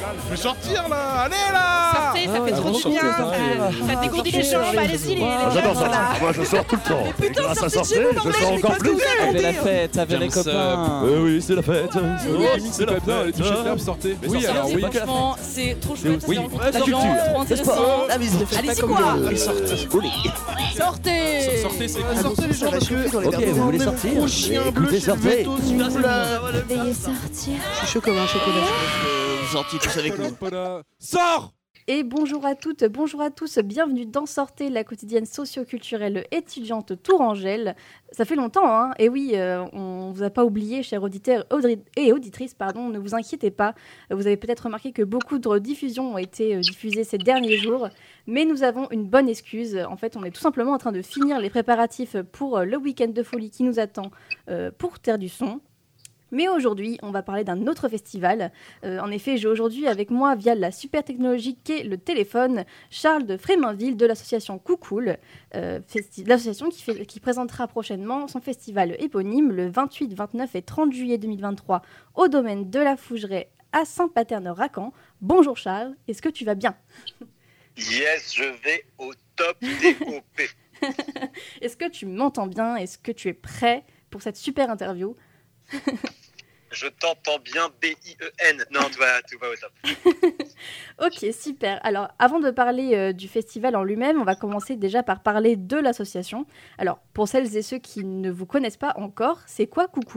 Je vais sortir là. Allez là. Sortez, ça fait trop du bien. Ça dégourdit les jambes, allez-y les J'adore jeunes, ça. là. Moi je sors tout le temps. Mais putain, grâce à sortez sortir, de chez vous, je l'anglais, sors je l'ai encore pas plus. tout fait. Avec la fête, avec les copains. Oui, c'est la fête. C'est la plein. Allez toucher le verbe, sortez. Oui, alors oui. Franchement, c'est trop chouette, Oui, c'est rencontre la des gens, culture. trop intéressant. La mise, ne faites pas Allez-y comme quoi. le sortez. Sortez. Sortez, c'est Sortez les gens parce que Ok, vous voulez sortir? Écoutez, sortez. Veuillez sortir. je suis chaud comme un chocolat. Vous sortez tous avec nous. Sors. Et bonjour à toutes, bonjour à tous, bienvenue dans Sortez, la quotidienne socio-culturelle étudiante Tourangelle. Ça fait longtemps, hein. Et oui, on vous a pas oublié, chers auditeurs et auditrices, pardon, ne vous inquiétez pas. Vous avez peut-être remarqué que beaucoup de rediffusions ont été diffusées ces derniers jours, mais nous avons une bonne excuse. En fait, on est tout simplement en train de finir les préparatifs pour le week-end de folie qui nous attend pour Terre du Son. Mais aujourd'hui, on va parler d'un autre festival. En effet, j'ai aujourd'hui avec moi, via la super technologie qu'est le téléphone, Charles de Fréminville de l'association Coucoul, l'association qui présentera prochainement son festival éponyme le 28, 29 et 30 juillet 2023 au domaine de la Fougeray à Saint-Paterne-Racan. Bonjour Charles, est-ce que tu vas bien ? Yes, je vais au top des OP. Est-ce que tu m'entends bien ? Est-ce que tu es prêt pour cette super interview ? Je t'entends bien, B-I-E-N. Non, tout va au top. Ok, super. Alors, avant de parler du festival en lui-même, on va commencer déjà par parler de l'association. Alors, pour celles et ceux qui ne vous connaissent pas encore, c'est quoi Coucoul ?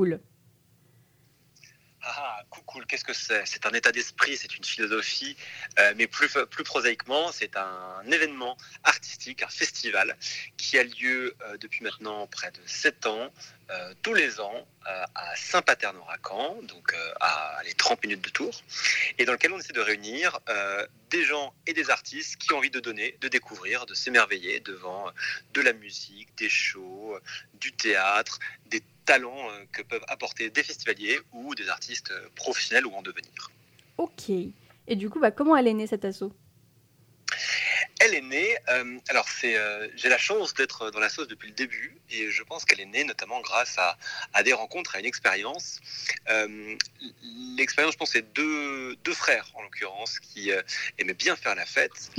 Ah, Coucoul, qu'est-ce que c'est ? C'est un état d'esprit, c'est une philosophie, mais plus prosaïquement, c'est un événement artistique, un festival qui a lieu depuis maintenant près de 7 ans, tous les ans, à Saint-Paterne-Racan, donc à 30 minutes de Tours, et dans lequel on essaie de réunir des gens et des artistes qui ont envie de donner, de découvrir, de s'émerveiller devant de la musique, des shows, du théâtre, des talents que peuvent apporter des festivaliers ou des artistes professionnels ou en devenir. Ok. Et du coup, comment elle est née cette asso ? Elle est née, j'ai la chance d'être dans la sauce depuis le début et je pense qu'elle est née notamment grâce à des rencontres, à une expérience. L'expérience, je pense, c'est deux frères en l'occurrence qui aimaient bien faire la fête.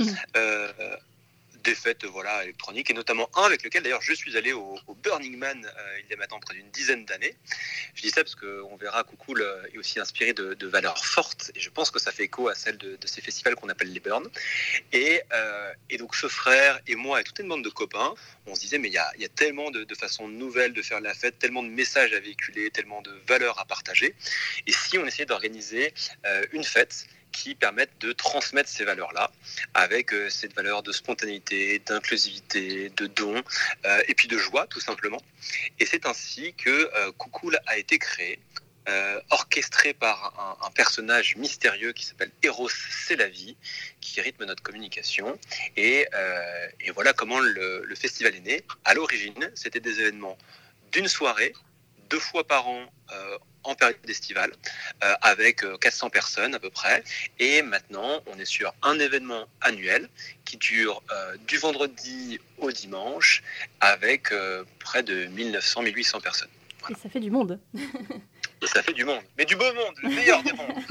Des fêtes électroniques, et notamment un avec lequel d'ailleurs je suis allé au Burning Man il y a maintenant près d'une dizaine d'années. Je dis ça parce qu'on verra Coucoul est aussi inspiré de valeurs fortes, et je pense que ça fait écho à celle de ces festivals qu'on appelle les Burns. Et donc ce frère et moi et toute une bande de copains, on se disait mais il y a tellement de façons nouvelles de faire la fête, tellement de messages à véhiculer, tellement de valeurs à partager, et si on essayait d'organiser une fête qui permettent de transmettre ces valeurs-là, avec cette valeur de spontanéité, d'inclusivité, de don, et puis de joie, tout simplement. Et c'est ainsi que Coucoul a été créé, orchestré par un personnage mystérieux qui s'appelle Eros C'est la vie, qui rythme notre communication. Et voilà comment le festival est né. À l'origine, c'était des événements d'une soirée, 2 fois par an, en période estivale, avec 400 personnes à peu près. Et maintenant, on est sur un événement annuel qui dure du vendredi au dimanche, avec près de 1900-1800 personnes. Voilà. Et ça fait du monde. Et ça fait du monde, mais du beau monde, le meilleur des mondes.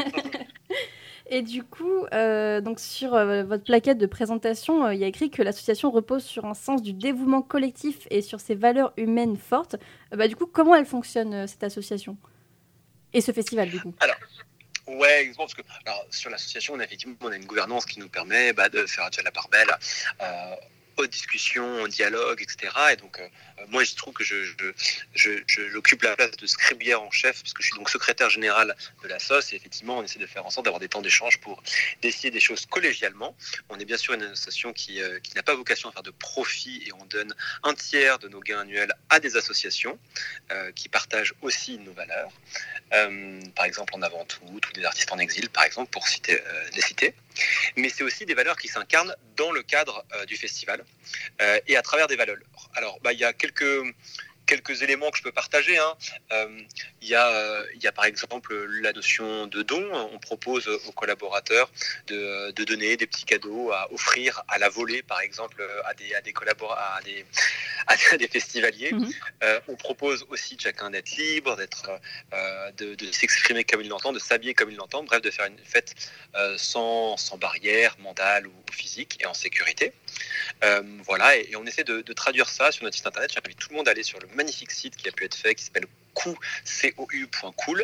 Et du coup, donc sur votre plaquette de présentation, il y a écrit que l'association repose sur un sens du dévouement collectif et sur ses valeurs humaines fortes. Du coup, comment elle fonctionne, cette association ? Et ce festival, du coup ? Ouais, exactement, parce que sur l'association, on a une gouvernance qui nous permet de faire déjà la part belle aux discussions, au dialogue, etc. Et donc, moi, je trouve que j'occupe la place de scribière en chef, parce que je suis donc secrétaire général de la SOS, et effectivement, on essaie de faire en sorte d'avoir des temps d'échange pour décider des choses collégialement. On est bien sûr une association qui n'a pas vocation à faire de profit, et on donne un tiers de nos gains annuels à des associations qui partagent aussi nos valeurs. Par exemple, En Avant Tout, ou des artistes en exil, par exemple, pour les citer. Mais c'est aussi des valeurs qui s'incarnent dans le cadre du festival et à travers des valeurs. Alors, il y a quelques quelques éléments que je peux partager. Il y a par exemple la notion de don. On propose aux collaborateurs de donner des petits cadeaux à offrir à la volée, par exemple, à des festivaliers. On propose aussi de chacun d'être libre, de s'exprimer comme il l'entend, de s'habiller comme il l'entend, bref, de faire une fête sans barrière mentale ou physique et en sécurité. Voilà, et on essaie de traduire ça sur notre site internet. J'invite tout le monde à aller sur le magnifique site qui a pu être fait, qui s'appelle cou.cool.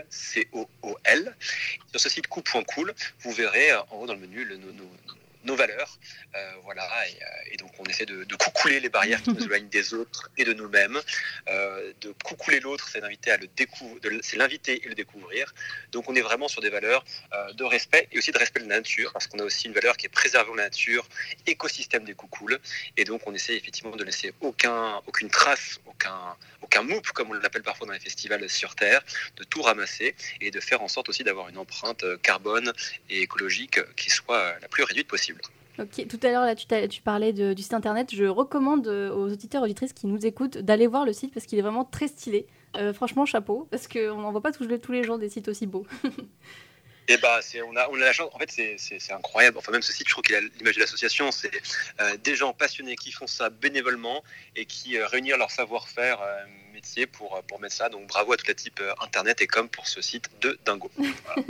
Sur ce site cou.cool, vous verrez en haut dans le menu nos valeurs, voilà, et donc on essaie de coucouler les barrières qui nous éloignent des autres et de nous-mêmes, de coucouler l'autre, c'est l'inviter et le découvrir. Donc on est vraiment sur des valeurs de respect et aussi de respect de la nature, parce qu'on a aussi une valeur qui est préservons la nature, écosystème des coukoules, et donc on essaie effectivement de laisser aucune trace, aucun MOOP comme on l'appelle parfois dans les festivals sur Terre, de tout ramasser et de faire en sorte aussi d'avoir une empreinte carbone et écologique qui soit la plus réduite possible. Ok, tout à l'heure là, tu parlais du site internet. Je recommande aux auditeurs et auditrices qui nous écoutent d'aller voir le site parce qu'il est vraiment très stylé. Franchement, chapeau, parce qu'on n'en voit pas tous les jours des sites aussi beaux. Et on a la chance, en fait c'est incroyable, enfin même ce site je trouve qu'il a l'image de l'association, c'est des gens passionnés qui font ça bénévolement et qui réunissent leur savoir-faire métier pour mettre ça, donc bravo à toute la type internet et com pour ce site de dingo. Voilà.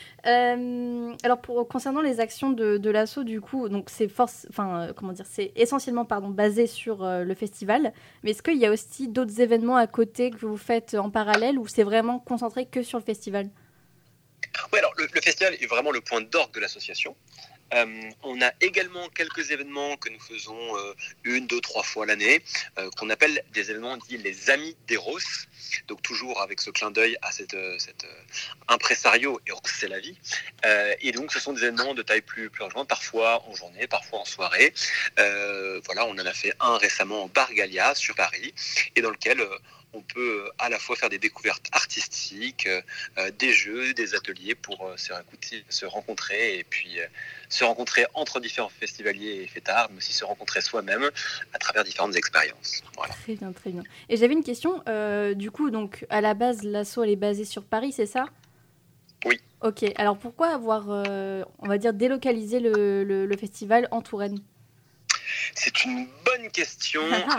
Alors concernant les actions de l'asso, du coup, donc c'est essentiellement basé sur le festival, mais est-ce qu'il y a aussi d'autres événements à côté que vous faites en parallèle ou c'est vraiment concentré que sur le festival ? Oui, alors le festival est vraiment le point d'orgue de l'association. On a également quelques événements que nous faisons 1, 2, 3 fois l'année, qu'on appelle des événements dits les Amis d'Eros. Donc toujours avec ce clin d'œil à cet impresario, Eros c'est la vie. Et donc ce sont des événements de taille plus rejointe, parfois en journée, parfois en soirée. Voilà, on en a fait un récemment au Bar Gallia sur Paris, et dans lequel on peut à la fois faire des découvertes artistiques, des jeux, des ateliers pour se rencontrer et puis se rencontrer entre différents festivaliers et fêtards, mais aussi se rencontrer soi-même à travers différentes expériences. Voilà. Très bien, très bien. Et j'avais une question, du coup, donc à la base, l'asso elle est basée sur Paris, c'est ça ? Oui. Ok, alors pourquoi avoir, on va dire, délocalisé le festival en Touraine ? C'est une bonne question.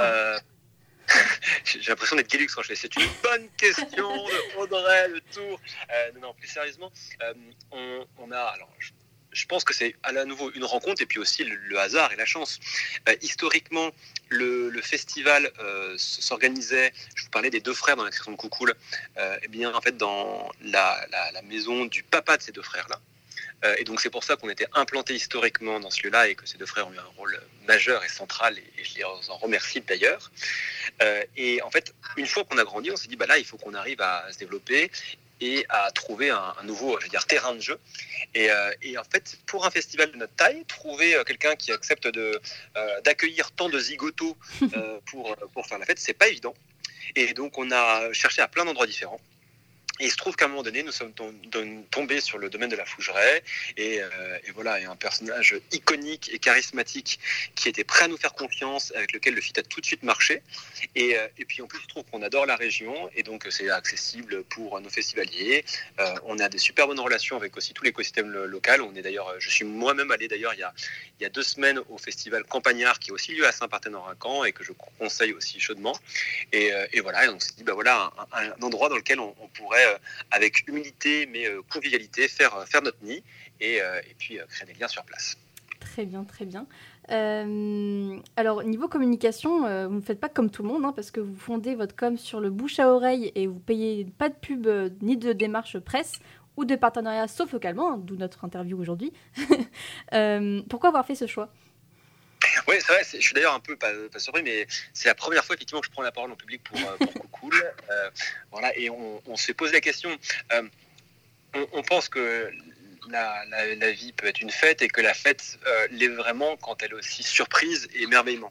J'ai l'impression d'être Gélux quand je fais. C'est une bonne question de Audrey Le Tour. Non, plus sérieusement, on a. Alors, je pense que c'est à nouveau une rencontre et puis aussi le hasard et la chance. Historiquement, le festival s'organisait. Je vous parlais des deux frères dans la création de Coucoule. Eh bien, en fait, dans la maison du papa de ces deux frères-là. Et donc c'est pour ça qu'on était implanté historiquement dans ce lieu-là et que ces deux frères ont eu un rôle majeur et central, et je les en remercie d'ailleurs. Et en fait, une fois qu'on a grandi, on s'est dit là il faut qu'on arrive à se développer et à trouver un nouveau, terrain de jeu. Et en fait, pour un festival de notre taille, trouver quelqu'un qui accepte d'accueillir tant de zigotos pour faire la fête, c'est pas évident. Et donc on a cherché à plein d'endroits différents. Et il se trouve qu'à un moment donné, nous sommes tombés sur le domaine de la Fougeraie et voilà, et un personnage iconique et charismatique qui était prêt à nous faire confiance, avec lequel le feat a tout de suite marché. Et puis en plus, il se trouve qu'on adore la région et donc c'est accessible pour nos festivaliers. On a des super bonnes relations avec aussi tout l'écosystème local. Je suis moi-même allé d'ailleurs il y a 2 semaines au festival Campagnard qui a aussi lieu à Saint-Parthène-en-Racan et que je conseille aussi chaudement. Et voilà, et on s'est dit voilà un endroit dans lequel on pourrait avec humilité mais convivialité faire notre nid et puis créer des liens sur place. Très bien, très bien. Alors niveau communication, vous ne faites pas comme tout le monde parce que vous fondez votre com sur le bouche à oreille et vous payez pas de pub ni de démarche presse ou de partenariat sauf localement, d'où notre interview aujourd'hui. Pourquoi avoir fait ce choix ? Oui, c'est vrai, je suis d'ailleurs un peu pas surpris, mais c'est la première fois effectivement que je prends la parole en public pour Coucoule. Voilà, et on s'est posé la question. On pense que la vie peut être une fête et que la fête l'est vraiment quand elle est aussi surprise et émerveillement.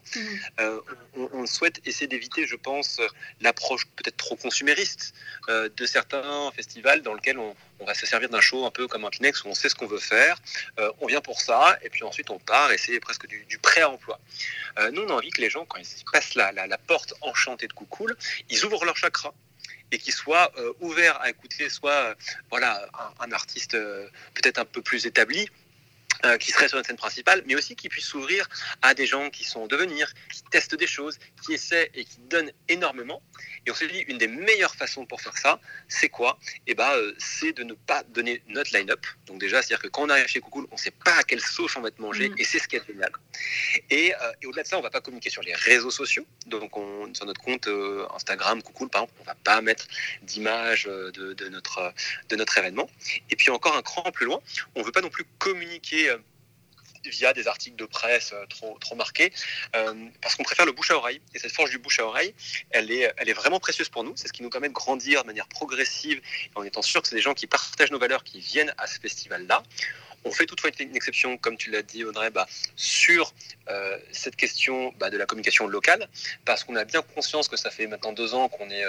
On souhaite essayer d'éviter, je pense, l'approche peut-être trop consumériste de certains festivals dans lesquels on va se servir d'un show un peu comme un Kleenex où on sait ce qu'on veut faire, on vient pour ça et puis ensuite on part et c'est presque du prêt à emploi. Nous on a envie que les gens, quand ils passent la porte enchantée de Coucoule, ils ouvrent leur chakra et qu'ils soient ouverts à écouter soit un artiste peut-être un peu plus établi, qui serait sur une scène principale, mais aussi qui puisse s'ouvrir à des gens qui sont en devenir, qui testent des choses, qui essaient et qui donnent énormément. Et on s'est dit, une des meilleures façons pour faire ça, c'est quoi ? C'est de ne pas donner notre line-up. Donc déjà, c'est-à-dire que quand on arrive chez Coucoule, on ne sait pas à quelle sauce on va te manger, et c'est ce qui est génial. Et au-delà de ça, on ne va pas communiquer sur les réseaux sociaux. Donc sur notre compte Instagram, Coucoule, par exemple, on ne va pas mettre d'image de notre événement. Et puis encore un cran plus loin, on ne veut pas non plus communiquer via des articles de presse trop marqués, parce qu'on préfère le bouche à oreille. Et cette force du bouche à oreille, elle est vraiment précieuse pour nous. C'est ce qui nous permet de grandir de manière progressive, en étant sûr que c'est des gens qui partagent nos valeurs, qui viennent à ce festival-là. On fait toutefois une exception, comme tu l'as dit Audrey, sur cette question de la communication locale, parce qu'on a bien conscience que ça fait maintenant 2 ans qu'on est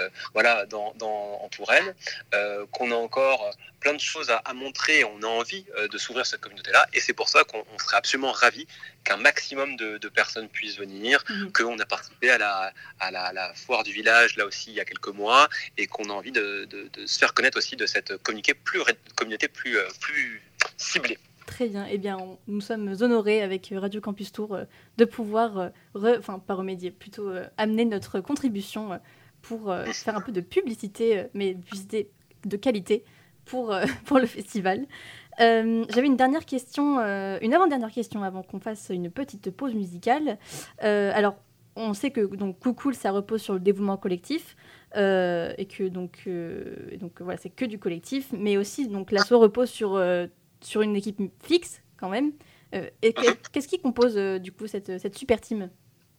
en Touraine, qu'on a encore plein de choses à montrer, on a envie de s'ouvrir cette communauté-là, et c'est pour ça qu'on serait absolument ravis qu'un maximum de personnes puissent venir, qu'on a participé à la foire du village, là aussi, il y a quelques mois, et qu'on a envie de se faire connaître aussi de cette communauté plus ciblée. Très bien. Eh bien, nous sommes honorés avec Radio Campus Tour de pouvoir, pas remédier, plutôt amener notre contribution pour faire un peu de publicité, mais publicité de qualité pour le festival. J'avais une dernière question, une avant-dernière question avant qu'on fasse une petite pause musicale. Alors, on sait que donc Coucoule, ça repose sur le dévouement collectif. Et que donc voilà, c'est que du collectif, mais aussi donc l'asso repose sur une équipe fixe quand même. Et qu'est-ce qui compose du coup cette super team ?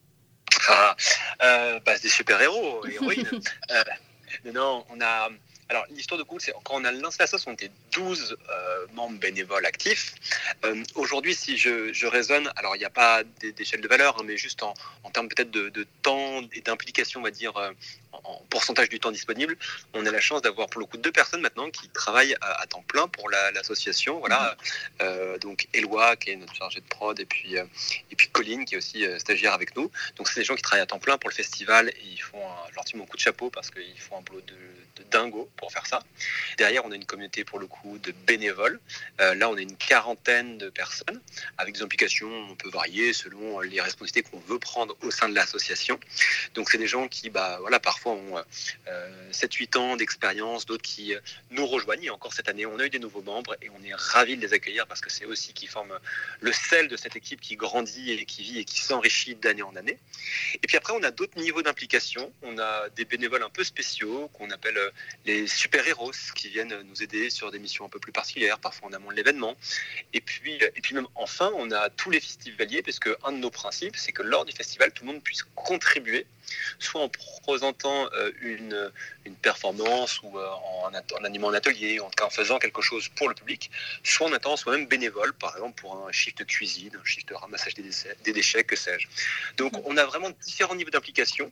Des super-héros, héroïnes. Non, on a... Alors, l'histoire de Coucoule, c'est quand on a lancé la sauce, on était 12 membres bénévoles actifs. Aujourd'hui, si je raisonne, alors il n'y a pas d'échelle de valeur, mais juste en termes peut-être de temps et d'implication, on va dire, en pourcentage du temps disponible, on a la chance d'avoir pour le coup 2 personnes maintenant qui travaillent à temps plein pour l'association. Voilà. Donc Éloi, qui est notre chargée de prod, et puis Colline, qui est aussi stagiaire avec nous. Donc c'est des gens qui travaillent à temps plein pour le festival, et ils font, je leur tire mon coup de chapeau parce qu'ils font un boulot de dingo pour faire ça. Derrière, on a une communauté pour le coup de bénévoles. Là, on a une 40aine de personnes avec des implications, on peut varier selon les responsabilités qu'on veut prendre au sein de l'association. Donc, c'est des gens qui, parfois ont 7-8 ans d'expérience, d'autres qui nous rejoignent. Et encore cette année, on a eu des nouveaux membres et on est ravis de les accueillir parce que c'est aussi qui forment le sel de cette équipe qui grandit et qui vit et qui s'enrichit d'année en année. Et puis après, on a d'autres niveaux d'implication. On a des bénévoles un peu spéciaux qu'on appelle les super-héros qui viennent nous aider sur des missions un peu plus particulières, parfois en amont de l'événement. Et puis même enfin, on a tous les festivaliers, parce qu'un de nos principes, c'est que lors du festival, tout le monde puisse contribuer, soit en présentant une performance ou en animant un atelier, en tout cas en faisant quelque chose pour le public, soit en étant soi-même bénévole, par exemple pour un shift de cuisine, un shift de ramassage des déchets, que sais-je. Donc on a vraiment différents niveaux d'implication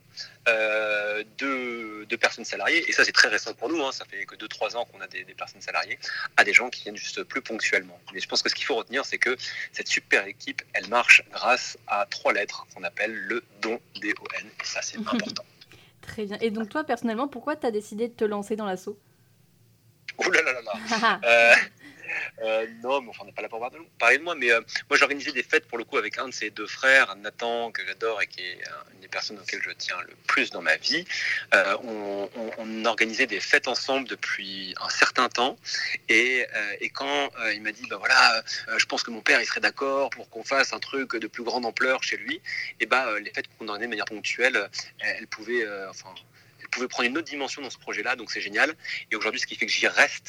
de personnes salariées, et ça c'est très récent pour nous, ça fait que 2-3 ans qu'on a des personnes salariées, à des gens qui viennent juste plus ponctuellement. Mais je pense que ce qu'il faut retenir, c'est que cette super équipe, elle marche grâce à 3 lettres qu'on appelle le DON, D-O-N, et ça c'est important. Très bien. Et donc toi, personnellement, pourquoi tu as décidé de te lancer dans l'asso ? Ouh là là là là. Non, mais on n'est pas là pour parler de moi, mais moi j'ai organisé des fêtes pour le coup avec un de ses 2 frères, Nathan, que j'adore et qui est une des personnes auxquelles je tiens le plus dans ma vie. On organisait des fêtes ensemble depuis un certain temps, et quand il m'a dit je pense que mon père il serait d'accord pour qu'on fasse un truc de plus grande ampleur chez lui, et les fêtes qu'on organisait de manière ponctuelle, elles pouvaient prendre une autre dimension dans ce projet-là, donc c'est génial. Et aujourd'hui, ce qui fait que j'y reste,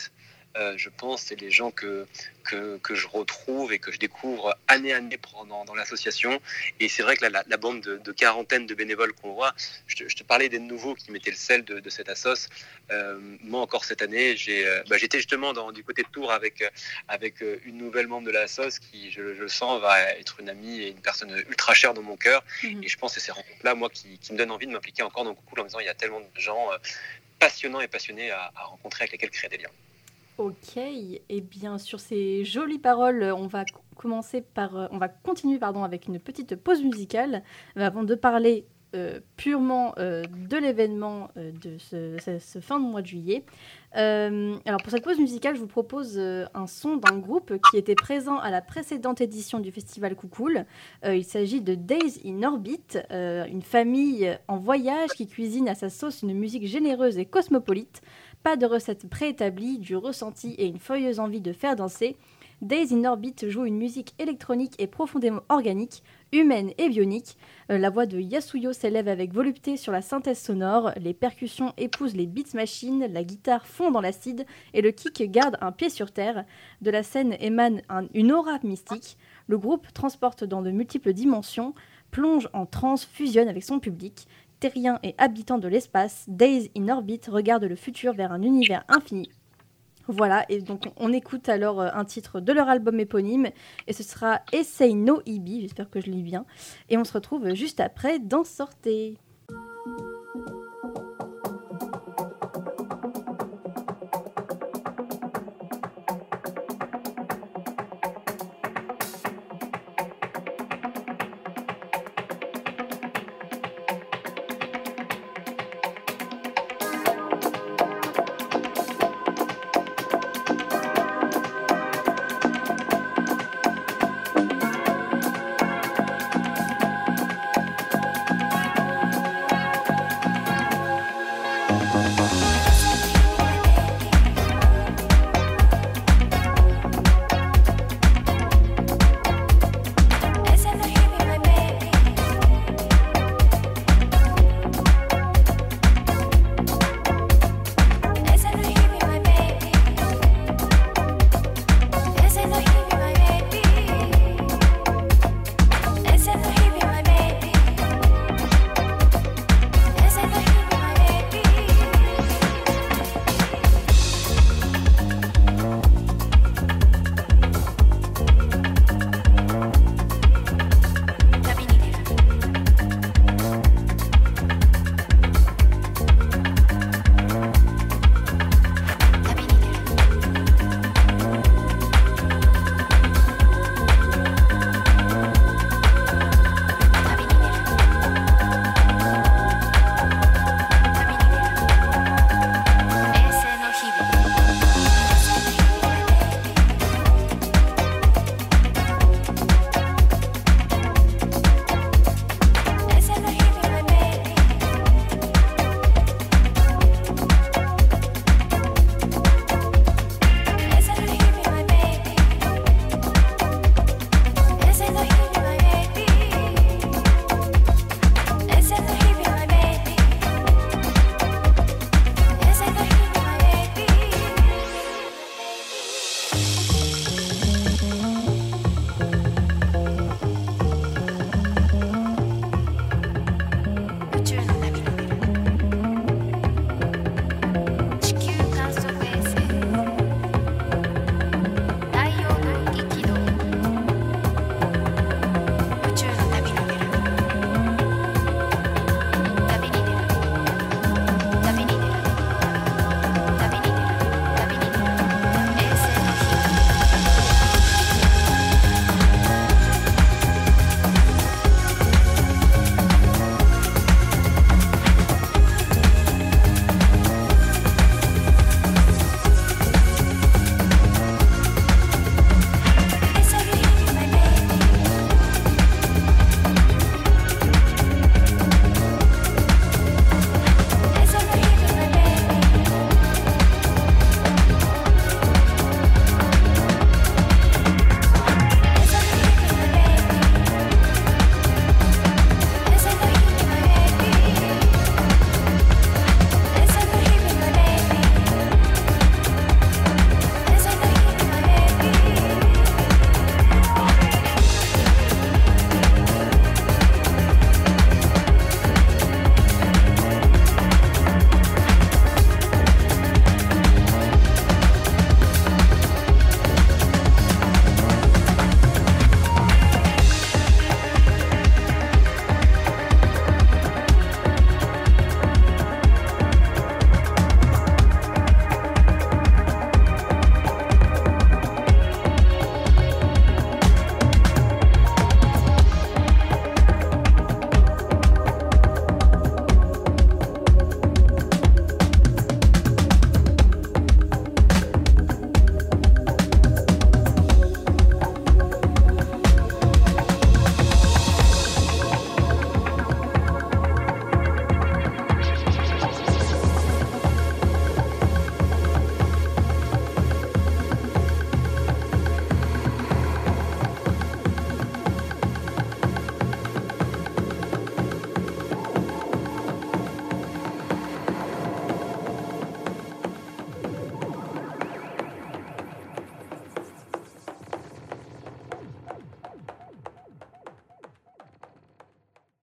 je pense, c'est les gens que je retrouve et que je découvre année à année dans l'association. Et c'est vrai que la bande de quarantaine de bénévoles qu'on voit, je te parlais des nouveaux qui mettaient le sel de cette assos. Moi encore cette année, j'étais justement du côté de Tours avec une nouvelle membre de la assos qui, je le sens, va être une amie et une personne ultra chère dans mon cœur. Et je pense que c'est ces rencontres-là, moi, qui me donnent envie de m'impliquer encore dans Coucoule en me disant il y a tellement de gens passionnants et passionnés à rencontrer avec lesquels créer des liens. Ok, et bien sur ces jolies paroles, on va continuer avec une petite pause musicale avant de parler purement de l'événement de ce fin de mois de juillet. Alors pour cette pause musicale, je vous propose un son d'un groupe qui était présent à la précédente édition du festival Coucoule. Il s'agit de Days in Orbit, une famille en voyage qui cuisine à sa sauce une musique généreuse et cosmopolite. Pas de recette préétablie, du ressenti et une furieuse envie de faire danser. Days in Orbit joue une musique électronique et profondément organique, humaine et bionique. La voix de Yasuyo s'élève avec volupté sur la synthèse sonore, les percussions épousent les beats machines, la guitare fond dans l'acide et le kick garde un pied sur terre. De la scène émane une aura mystique. Le groupe transporte dans de multiples dimensions, plonge en transe, fusionne avec son public. Terrien et habitant de l'espace, Days in Orbit regarde le futur vers un univers infini. Voilà, et donc on écoute alors un titre de leur album éponyme, et ce sera Essay no Ibi, j'espère que je lis bien, et on se retrouve juste après dans Sortez.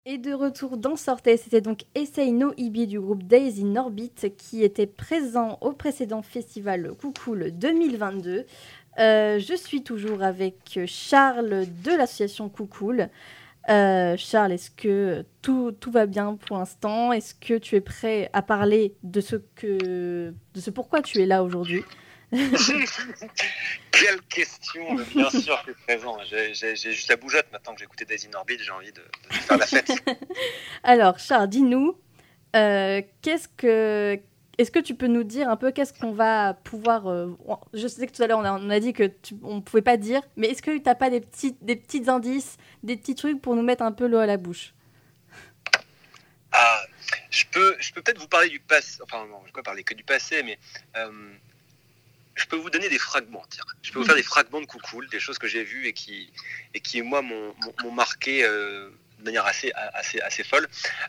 Et de retour dans Sortez, c'était donc Essay No Ibi du groupe Days in Orbit qui était présent au précédent festival Coucoule 2022. Je suis toujours avec Charles de l'association Coucoule. Charles, est-ce que tout va bien pour l'instant? Est-ce que tu es prêt à parler de ce pourquoi tu es là aujourd'hui? Quelle question. Bien sûr que je suis présent. J'ai juste la bougeotte maintenant que j'ai écouté Days in Orbit, j'ai envie de faire la fête. Alors Charles, dis-nous, est-ce que tu peux nous dire un peu qu'est-ce qu'on va pouvoir... je sais que tout à l'heure, on a dit qu'on ne pouvait pas dire, mais est-ce que tu n'as pas des petits indices, des petits trucs pour nous mettre un peu l'eau à la bouche? Je peux peut-être vous parler du passé. Enfin, non, je ne peux pas parler que du passé, mais je peux vous donner des fragments. Tiens. Je peux vous faire des fragments de Coucoule, des choses que j'ai vues et qui moi, m'ont marqué de manière assez folle.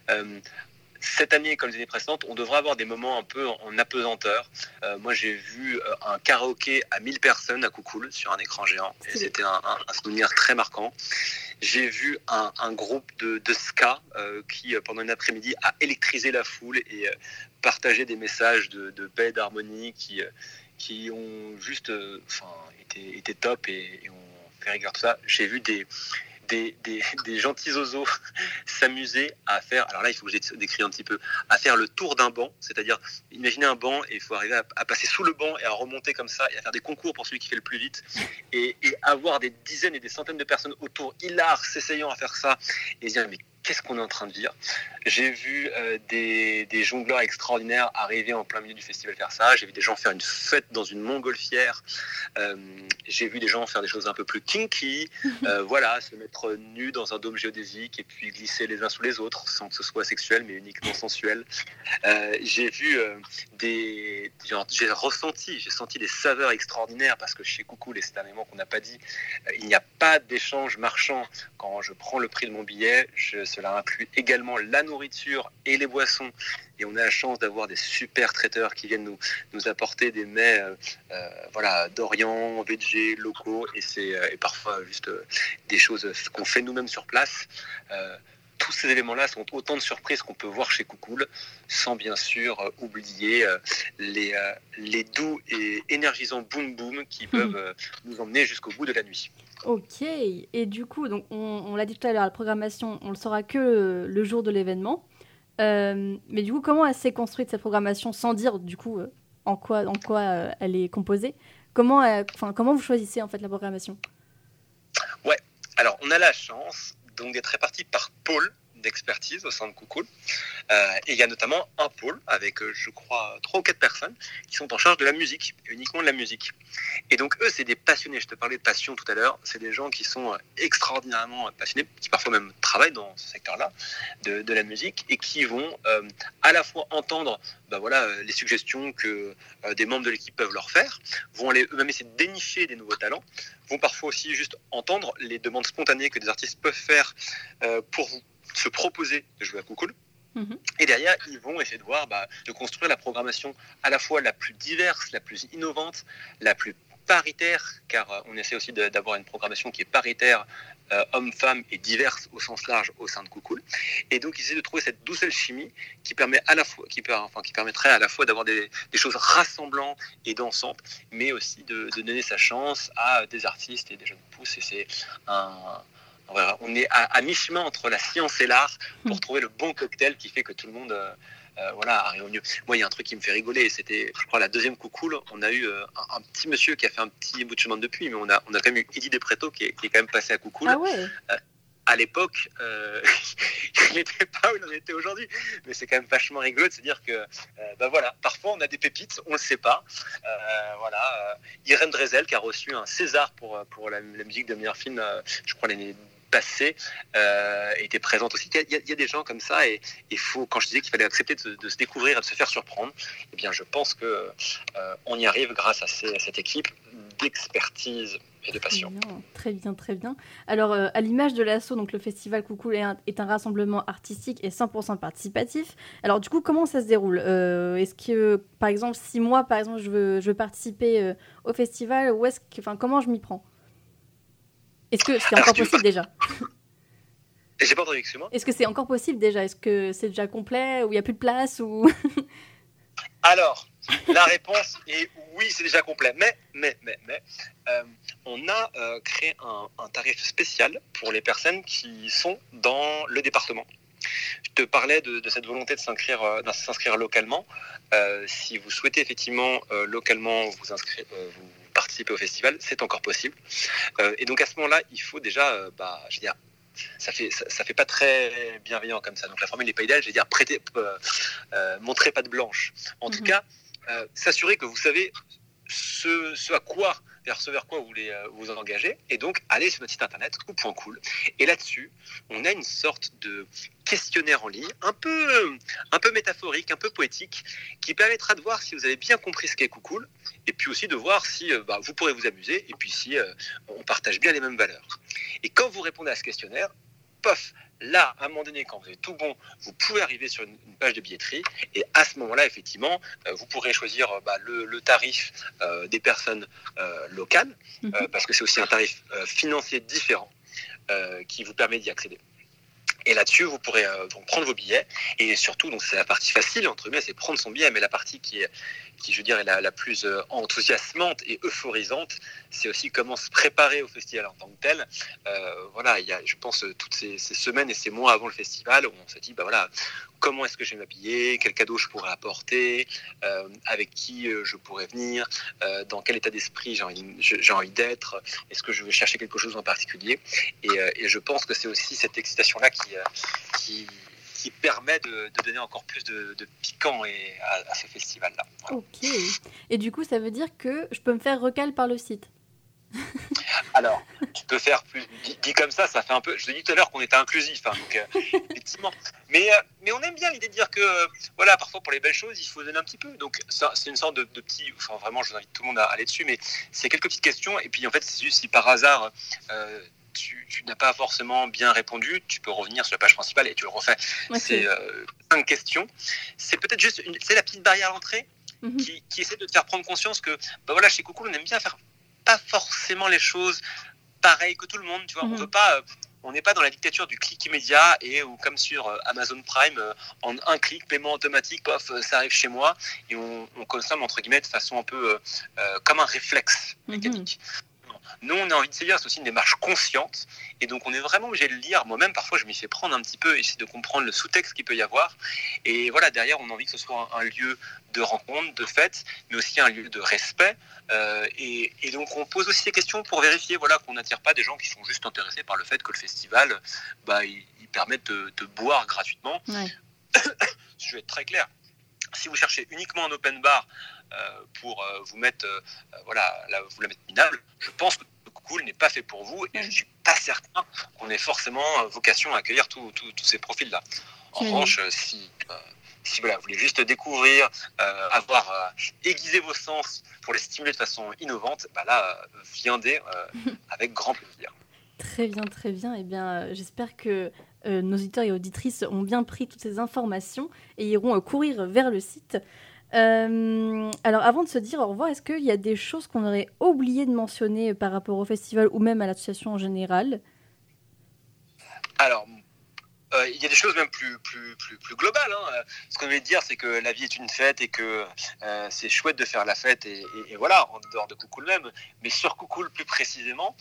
Cette année, comme les années précédentes, on devrait avoir des moments un peu en apesanteur. Moi, j'ai vu un karaoké à 1000 personnes à Coucoule sur un écran géant. Et c'était un souvenir très marquant. J'ai vu un groupe de ska qui, pendant une après-midi, a électrisé la foule et partagé des messages de paix, d'harmonie qui ont juste été top et ont fait rigueur tout ça. J'ai vu des gentils zozos s'amuser à faire, alors là il faut que je décris un petit peu, à faire le tour d'un banc, c'est-à-dire imaginez un banc et il faut arriver à passer sous le banc et à remonter comme ça et à faire des concours pour celui qui fait le plus vite et avoir des dizaines et des centaines de personnes autour hilares s'essayant à faire ça et se dire mais qu'est-ce qu'on est en train de dire? J'ai vu des jongleurs extraordinaires arriver en plein milieu du festival faire ça. J'ai vu des gens faire une fête dans une montgolfière. J'ai vu des gens faire des choses un peu plus kinky. Se mettre nus dans un dôme géodésique et puis glisser les uns sous les autres sans que ce soit sexuel mais uniquement sensuel. J'ai vu j'ai senti des saveurs extraordinaires parce que chez Coucoule, et c'est un élément qu'on n'a pas dit, il n'y a pas d'échange marchand. Quand je prends le prix de mon billet, cela inclut également la nourriture et les boissons. Et on a la chance d'avoir des super traiteurs qui viennent nous apporter des mets d'Orient, végé, locaux. Et parfois juste des choses qu'on fait nous-mêmes sur place. Tous ces éléments-là sont autant de surprises qu'on peut voir chez Coucoule, sans bien sûr oublier les doux et énergisants boom-boom qui peuvent nous emmener jusqu'au bout de la nuit. Ok, et du coup, donc on l'a dit tout à l'heure, la programmation, on ne le saura que le jour de l'événement. Mais du coup, comment elle s'est construite cette programmation, sans dire du coup en quoi elle est composée? Comment vous choisissez en fait la programmation? Ouais, alors on a la chance donc d'être répartis par pôle d'expertise au sein de Coucoule. Et il y a notamment un pôle avec, je crois, 3 ou 4 personnes qui sont en charge de la musique, uniquement de la musique. Et donc eux, c'est des passionnés. Je te parlais de passion tout à l'heure. C'est des gens qui sont extraordinairement passionnés, qui parfois même travaillent dans ce secteur-là de la musique et qui vont à la fois entendre les suggestions que des membres de l'équipe peuvent leur faire, vont aller eux-mêmes essayer de dénicher des nouveaux talents, vont parfois aussi juste entendre les demandes spontanées que des artistes peuvent faire pour se proposer de jouer à Coucoule. Et derrière, ils vont essayer de voir, de construire la programmation à la fois la plus diverse, la plus innovante, la plus paritaire, car on essaie aussi d'avoir une programmation qui est paritaire, hommes-femmes et diverse au sens large au sein de Coucoule. Et donc, ils essaient de trouver cette douce alchimie qui permettrait à la fois d'avoir des choses rassemblantes et dansantes, mais aussi de donner sa chance à des artistes et des jeunes pousses. Et c'est on est à mi-chemin entre la science et l'art pour trouver le bon cocktail qui fait que tout le monde arrive au mieux. Moi, il y a un truc qui me fait rigoler, c'était, je crois, la deuxième Coucoule, on a eu un petit monsieur qui a fait un petit bout de chemin depuis, mais on a quand même eu Eddie Despretto qui est quand même passé à Coucoule. Ah ouais. À l'époque, il n'était pas où il en était aujourd'hui, mais c'est quand même vachement rigolo de se dire que, parfois on a des pépites, on le sait pas. Irène Drezel qui a reçu un César pour la musique de meilleur film, je crois l'année passée, était présente aussi. Il y a des gens comme ça et il faut, quand je disais qu'il fallait accepter de se découvrir et de se faire surprendre, eh bien je pense que on y arrive grâce à cette équipe d'expertise et de passion. Très bien, très bien. Alors, à l'image de l'asso, donc le festival Coucoule est un rassemblement artistique et 100% participatif. Alors, du coup, comment ça se déroule? Est-ce que, par exemple, si moi, je veux participer au festival, comment je m'y prends? Est-ce que c'est encore possible déjà? J'ai pas entendu, excuse-moi. Est-ce que c'est encore possible déjà? Est-ce que c'est déjà complet ou il n'y a plus de place ou... Alors, la réponse est oui, c'est déjà complet. Mais, on a créé un tarif spécial pour les personnes qui sont dans le département. Je te parlais de cette volonté de s'inscrire localement. Si vous souhaitez effectivement localement vous participer au festival, c'est encore possible. Et donc à ce moment-là, il faut déjà, je veux dire, ça fait pas très bienveillant comme ça. Donc la formule n'est pas idéale. Je veux dire, montrez pas de blanche. En tout cas, s'assurer que vous savez ce vers quoi vous voulez vous engager, et donc allez sur notre site internet coup.cool, et là-dessus on a une sorte de questionnaire en ligne un peu métaphorique, un peu poétique, qui permettra de voir si vous avez bien compris ce qu'est Coucool, et puis aussi de voir si vous pourrez vous amuser, et puis si on partage bien les mêmes valeurs. Et quand vous répondez à ce questionnaire, pof, là, à un moment donné, quand vous êtes tout bon, vous pouvez arriver sur une page de billetterie, et à ce moment-là, effectivement, vous pourrez choisir le tarif des personnes locales, parce que c'est aussi un tarif financier différent qui vous permet d'y accéder. Et là-dessus, vous pourrez donc prendre vos billets, et surtout, donc c'est la partie facile, entre guillemets, c'est prendre son billet, mais la partie qui je dirais, la plus enthousiasmante et euphorisante, c'est aussi comment se préparer au festival en tant que tel. Il y a, je pense, toutes ces semaines et ces mois avant le festival, où on se dit, comment est-ce que je vais m'habiller, quel cadeau je pourrais apporter, avec qui je pourrais venir, dans quel état d'esprit j'ai envie d'être, est-ce que je vais chercher quelque chose en particulier, et je pense que c'est aussi cette excitation-là qui permet de donner encore plus de piquant à ce festival-là. Voilà. Ok. Et du coup, ça veut dire que je peux me faire recal par le site? Alors, tu peux faire plus. Dit comme ça fait un peu. Je te dis tout à l'heure qu'on était inclusif, donc effectivement. Mais on aime bien l'idée de dire que, parfois pour les belles choses, il faut donner un petit peu. Donc, ça, c'est une sorte de petit. Enfin, vraiment, je vous invite tout le monde à aller dessus, mais c'est quelques petites questions. Et puis, en fait, c'est juste si par hasard. Tu n'as pas forcément bien répondu, tu peux revenir sur la page principale et tu le refais. Okay. C'est 5 questions. C'est peut-être juste c'est la petite barrière à l'entrée qui essaie de te faire prendre conscience que chez Coucool, on aime bien faire pas forcément les choses pareilles que tout le monde. Tu vois, on veut pas. On n'est pas dans la dictature du clic immédiat ou comme sur Amazon Prime, en un clic, paiement automatique, pof, ça arrive chez moi et on consomme entre guillemets de façon un peu comme un réflexe mécanique. Nous, on a envie de se dire, c'est aussi une démarche consciente, et donc on est vraiment obligé de le lire. Moi-même, parfois, je m'y fais prendre un petit peu, essayer de comprendre le sous-texte qu'il peut y avoir. Et derrière, on a envie que ce soit un lieu de rencontre, de fête, mais aussi un lieu de respect. Et donc, on pose aussi des questions pour vérifier qu'on n'attire pas des gens qui sont juste intéressés par le fait que le festival, il permet de boire gratuitement. Ouais. Je vais être très clair. Si vous cherchez uniquement un open bar pour vous mettre, vous la mettre minable, je pense que Coucool n'est pas fait pour vous et je ne suis pas certain qu'on ait forcément vocation à accueillir tous ces profils-là. En revanche, si vous voulez juste découvrir, aiguiser vos sens pour les stimuler de façon innovante, viendez avec grand plaisir. Très bien, très bien. Eh bien, j'espère que nos auditeurs et auditrices ont bien pris toutes ces informations et iront courir vers le site. Alors, avant de se dire au revoir, est-ce qu'il y a des choses qu'on aurait oublié de mentionner par rapport au festival ou même à l'association en général? Alors, il y a des choses même plus globales. Ce qu'on veut dire, c'est que la vie est une fête et que c'est chouette de faire la fête et en dehors de Coucool même, mais sur Coucool plus précisément,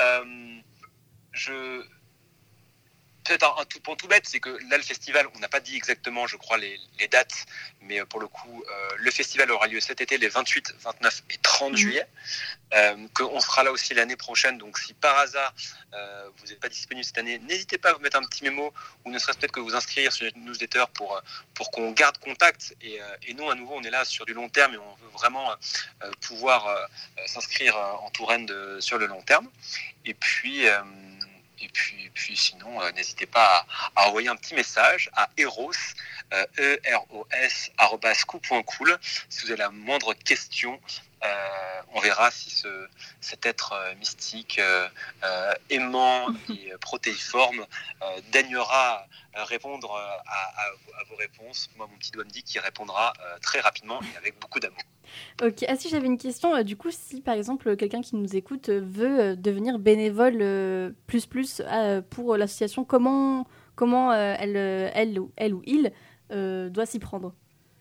peut-être un tout point tout bête, c'est que là, le festival, on n'a pas dit exactement, je crois, les dates, mais pour le coup, le festival aura lieu cet été, les 28, 29 et 30 juillet, qu'on sera là aussi l'année prochaine, donc si par hasard, vous n'êtes pas disponible cette année, n'hésitez pas à vous mettre un petit mémo, ou ne serait-ce peut-être que vous inscrire sur une newsletter pour qu'on garde contact, et nous, à nouveau, on est là sur du long terme, et on veut vraiment pouvoir s'inscrire en Touraine sur le long terme, et puis sinon, n'hésitez pas à envoyer un petit message à eros, eros@coup.cool si vous avez la moindre question On verra si cet être mystique, aimant et protéiforme daignera répondre à vos réponses. Moi, mon petit doigt me dit qu'il répondra très rapidement et avec beaucoup d'amour. Ok, si j'avais une question, du coup, si par exemple quelqu'un qui nous écoute veut devenir bénévole pour l'association, comment elle ou il doit s'y prendre?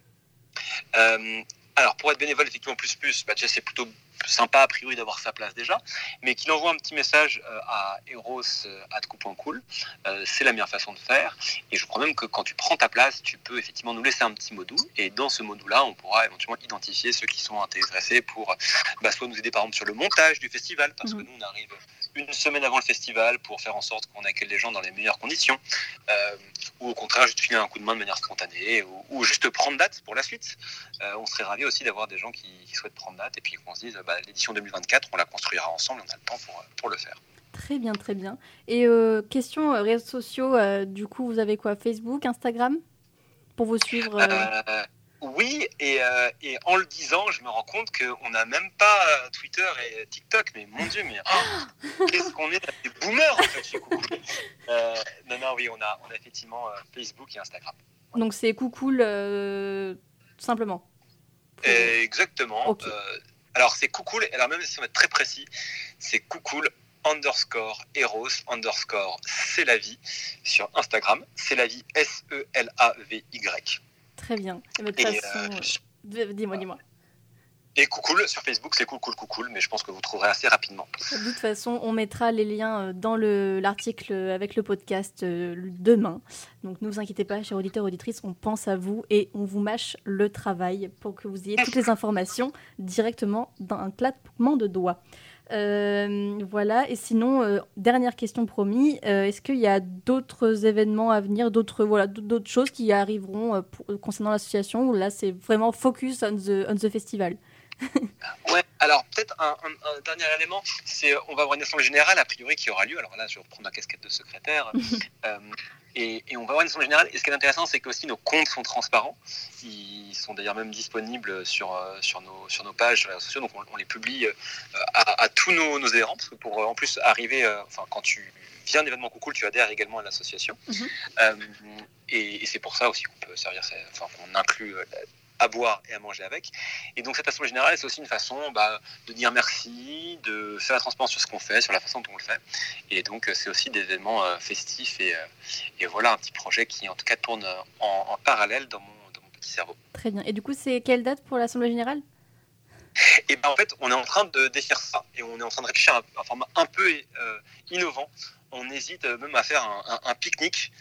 Alors, pour être bénévole, effectivement, déjà, c'est plutôt sympa, a priori, d'avoir sa place déjà, mais qu'il envoie un petit message à eros@coup.cool, c'est la meilleure façon de faire. Et je crois même que quand tu prends ta place, tu peux effectivement nous laisser un petit mot doux, et dans ce mot doux-là, on pourra éventuellement identifier ceux qui sont intéressés pour soit nous aider, par exemple, sur le montage du festival, parce que nous, on arrive une semaine avant le festival pour faire en sorte qu'on accueille les gens dans les meilleures conditions, ou au contraire juste filer un coup de main de manière spontanée, ou juste prendre date pour la suite. On serait ravis aussi d'avoir des gens qui souhaitent prendre date et puis qu'on se dise l'édition 2024 on la construira ensemble, on a le temps pour le faire. Très bien, très bien. Et question réseaux sociaux, du coup vous avez quoi, Facebook, Instagram pour vous suivre? Oui, et en le disant, je me rends compte qu'on n'a même pas Twitter et TikTok, mais mon Dieu, qu'est-ce qu'on est des boomers en fait chez Coucoul. Oui, on a effectivement Facebook et Instagram. Donc c'est Coucoul simplement. Exactement. Okay. Alors c'est Coucoul, alors même si on est très précis, c'est Coucoul_Eros_ c'est la vie sur Instagram, c'est la vie SELAVY. Très bien. De toute façon, dis-moi. Et Coucoul sur Facebook, c'est Coucoul, mais je pense que vous trouverez assez rapidement. De toute façon, on mettra les liens dans l'article avec le podcast demain. Donc ne vous inquiétez pas, chers auditeurs, auditrices, on pense à vous et on vous mâche le travail pour que vous ayez toutes les informations directement dans un claquement de doigts. Voilà, et sinon, dernière question promis, est-ce qu'il y a d'autres événements à venir, d'autres choses qui arriveront concernant l'association, ou là c'est vraiment focus on the festival? Ouais, alors peut-être un dernier élément, c'est on va avoir une assemblée générale a priori qui aura lieu, alors là je vais reprendre ma casquette de secrétaire, et on va avoir une assemblée générale, et ce qui est intéressant c'est que aussi nos comptes sont transparents, ils sont d'ailleurs même disponibles sur nos pages sociaux, donc on les publie à tous nos adhérents, parce que pour en plus arriver, quand tu viens d'événement Coucoul, tu adhères également à l'association, et c'est pour ça aussi qu'on peut servir, qu'on inclut à boire et à manger avec. Et donc cette assemblée générale, c'est aussi une façon de dire merci, de faire la transparence sur ce qu'on fait, sur la façon dont on le fait. Et donc c'est aussi des événements festifs et voilà un petit projet qui en tout cas tourne en parallèle dans mon petit cerveau. Très bien. Et du coup, c'est quelle date pour l'assemblée générale? Et en fait, on est en train de définir ça et on est en train de réfléchir à un format un peu innovant. On hésite même à faire un pique-nique.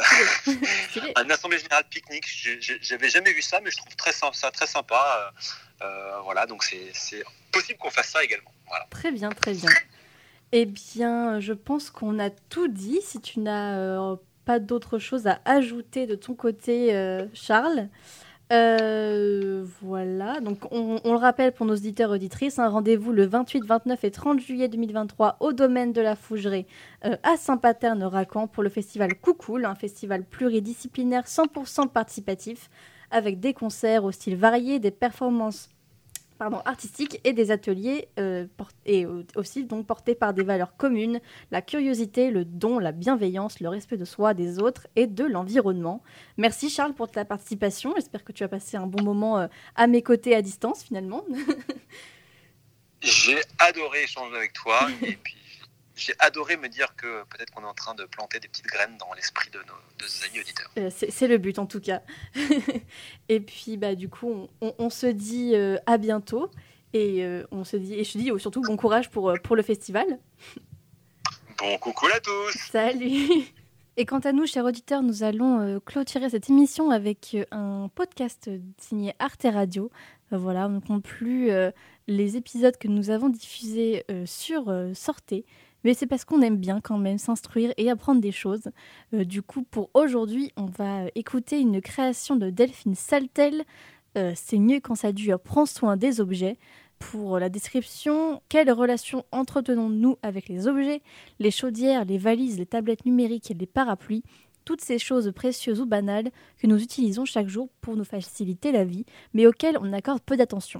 Un assemblée générale pique-nique, j'avais jamais vu ça, mais je trouve ça très sympa. Voilà, donc c'est possible qu'on fasse ça également. Voilà. Très bien, très bien. Eh bien, je pense qu'on a tout dit. Si tu n'as pas d'autre chose à ajouter de ton côté, Charles. Voilà, donc on le rappelle pour nos auditeurs et auditrices, un rendez-vous le 28, 29 et 30 juillet 2023 au domaine de la Fougeray à Saint-Paterne-Racan pour le festival Coucoul, un festival pluridisciplinaire 100% participatif avec des concerts au style varié, des performances artistiques et des ateliers et aussi donc portés par des valeurs communes, la curiosité, le don, la bienveillance, le respect de soi, des autres et de l'environnement. Merci Charles pour ta participation, j'espère que tu as passé un bon moment à mes côtés à distance finalement. J'ai adoré échanger avec toi et puis j'ai adoré me dire que peut-être qu'on est en train de planter des petites graines dans l'esprit de nos amis auditeurs. C'est le but en tout cas. Et puis du coup, on se dit à bientôt et je te dis surtout bon courage pour le festival. Bon coucou à tous. Salut. Et quant à nous, chers auditeurs, nous allons clôturer cette émission avec un podcast signé Arte Radio. Voilà, on ne compte plus les épisodes que nous avons diffusés sur Sortez. Mais c'est parce qu'on aime bien quand même s'instruire et apprendre des choses. Du coup, pour aujourd'hui, on va écouter une création de Delphine Saltel. C'est mieux quand ça dure, prends soin des objets. Pour la description, quelle relation entretenons-nous avec les objets, les chaudières, les valises, les tablettes numériques et les parapluies, toutes ces choses précieuses ou banales que nous utilisons chaque jour pour nous faciliter la vie, mais auxquelles on accorde peu d'attention.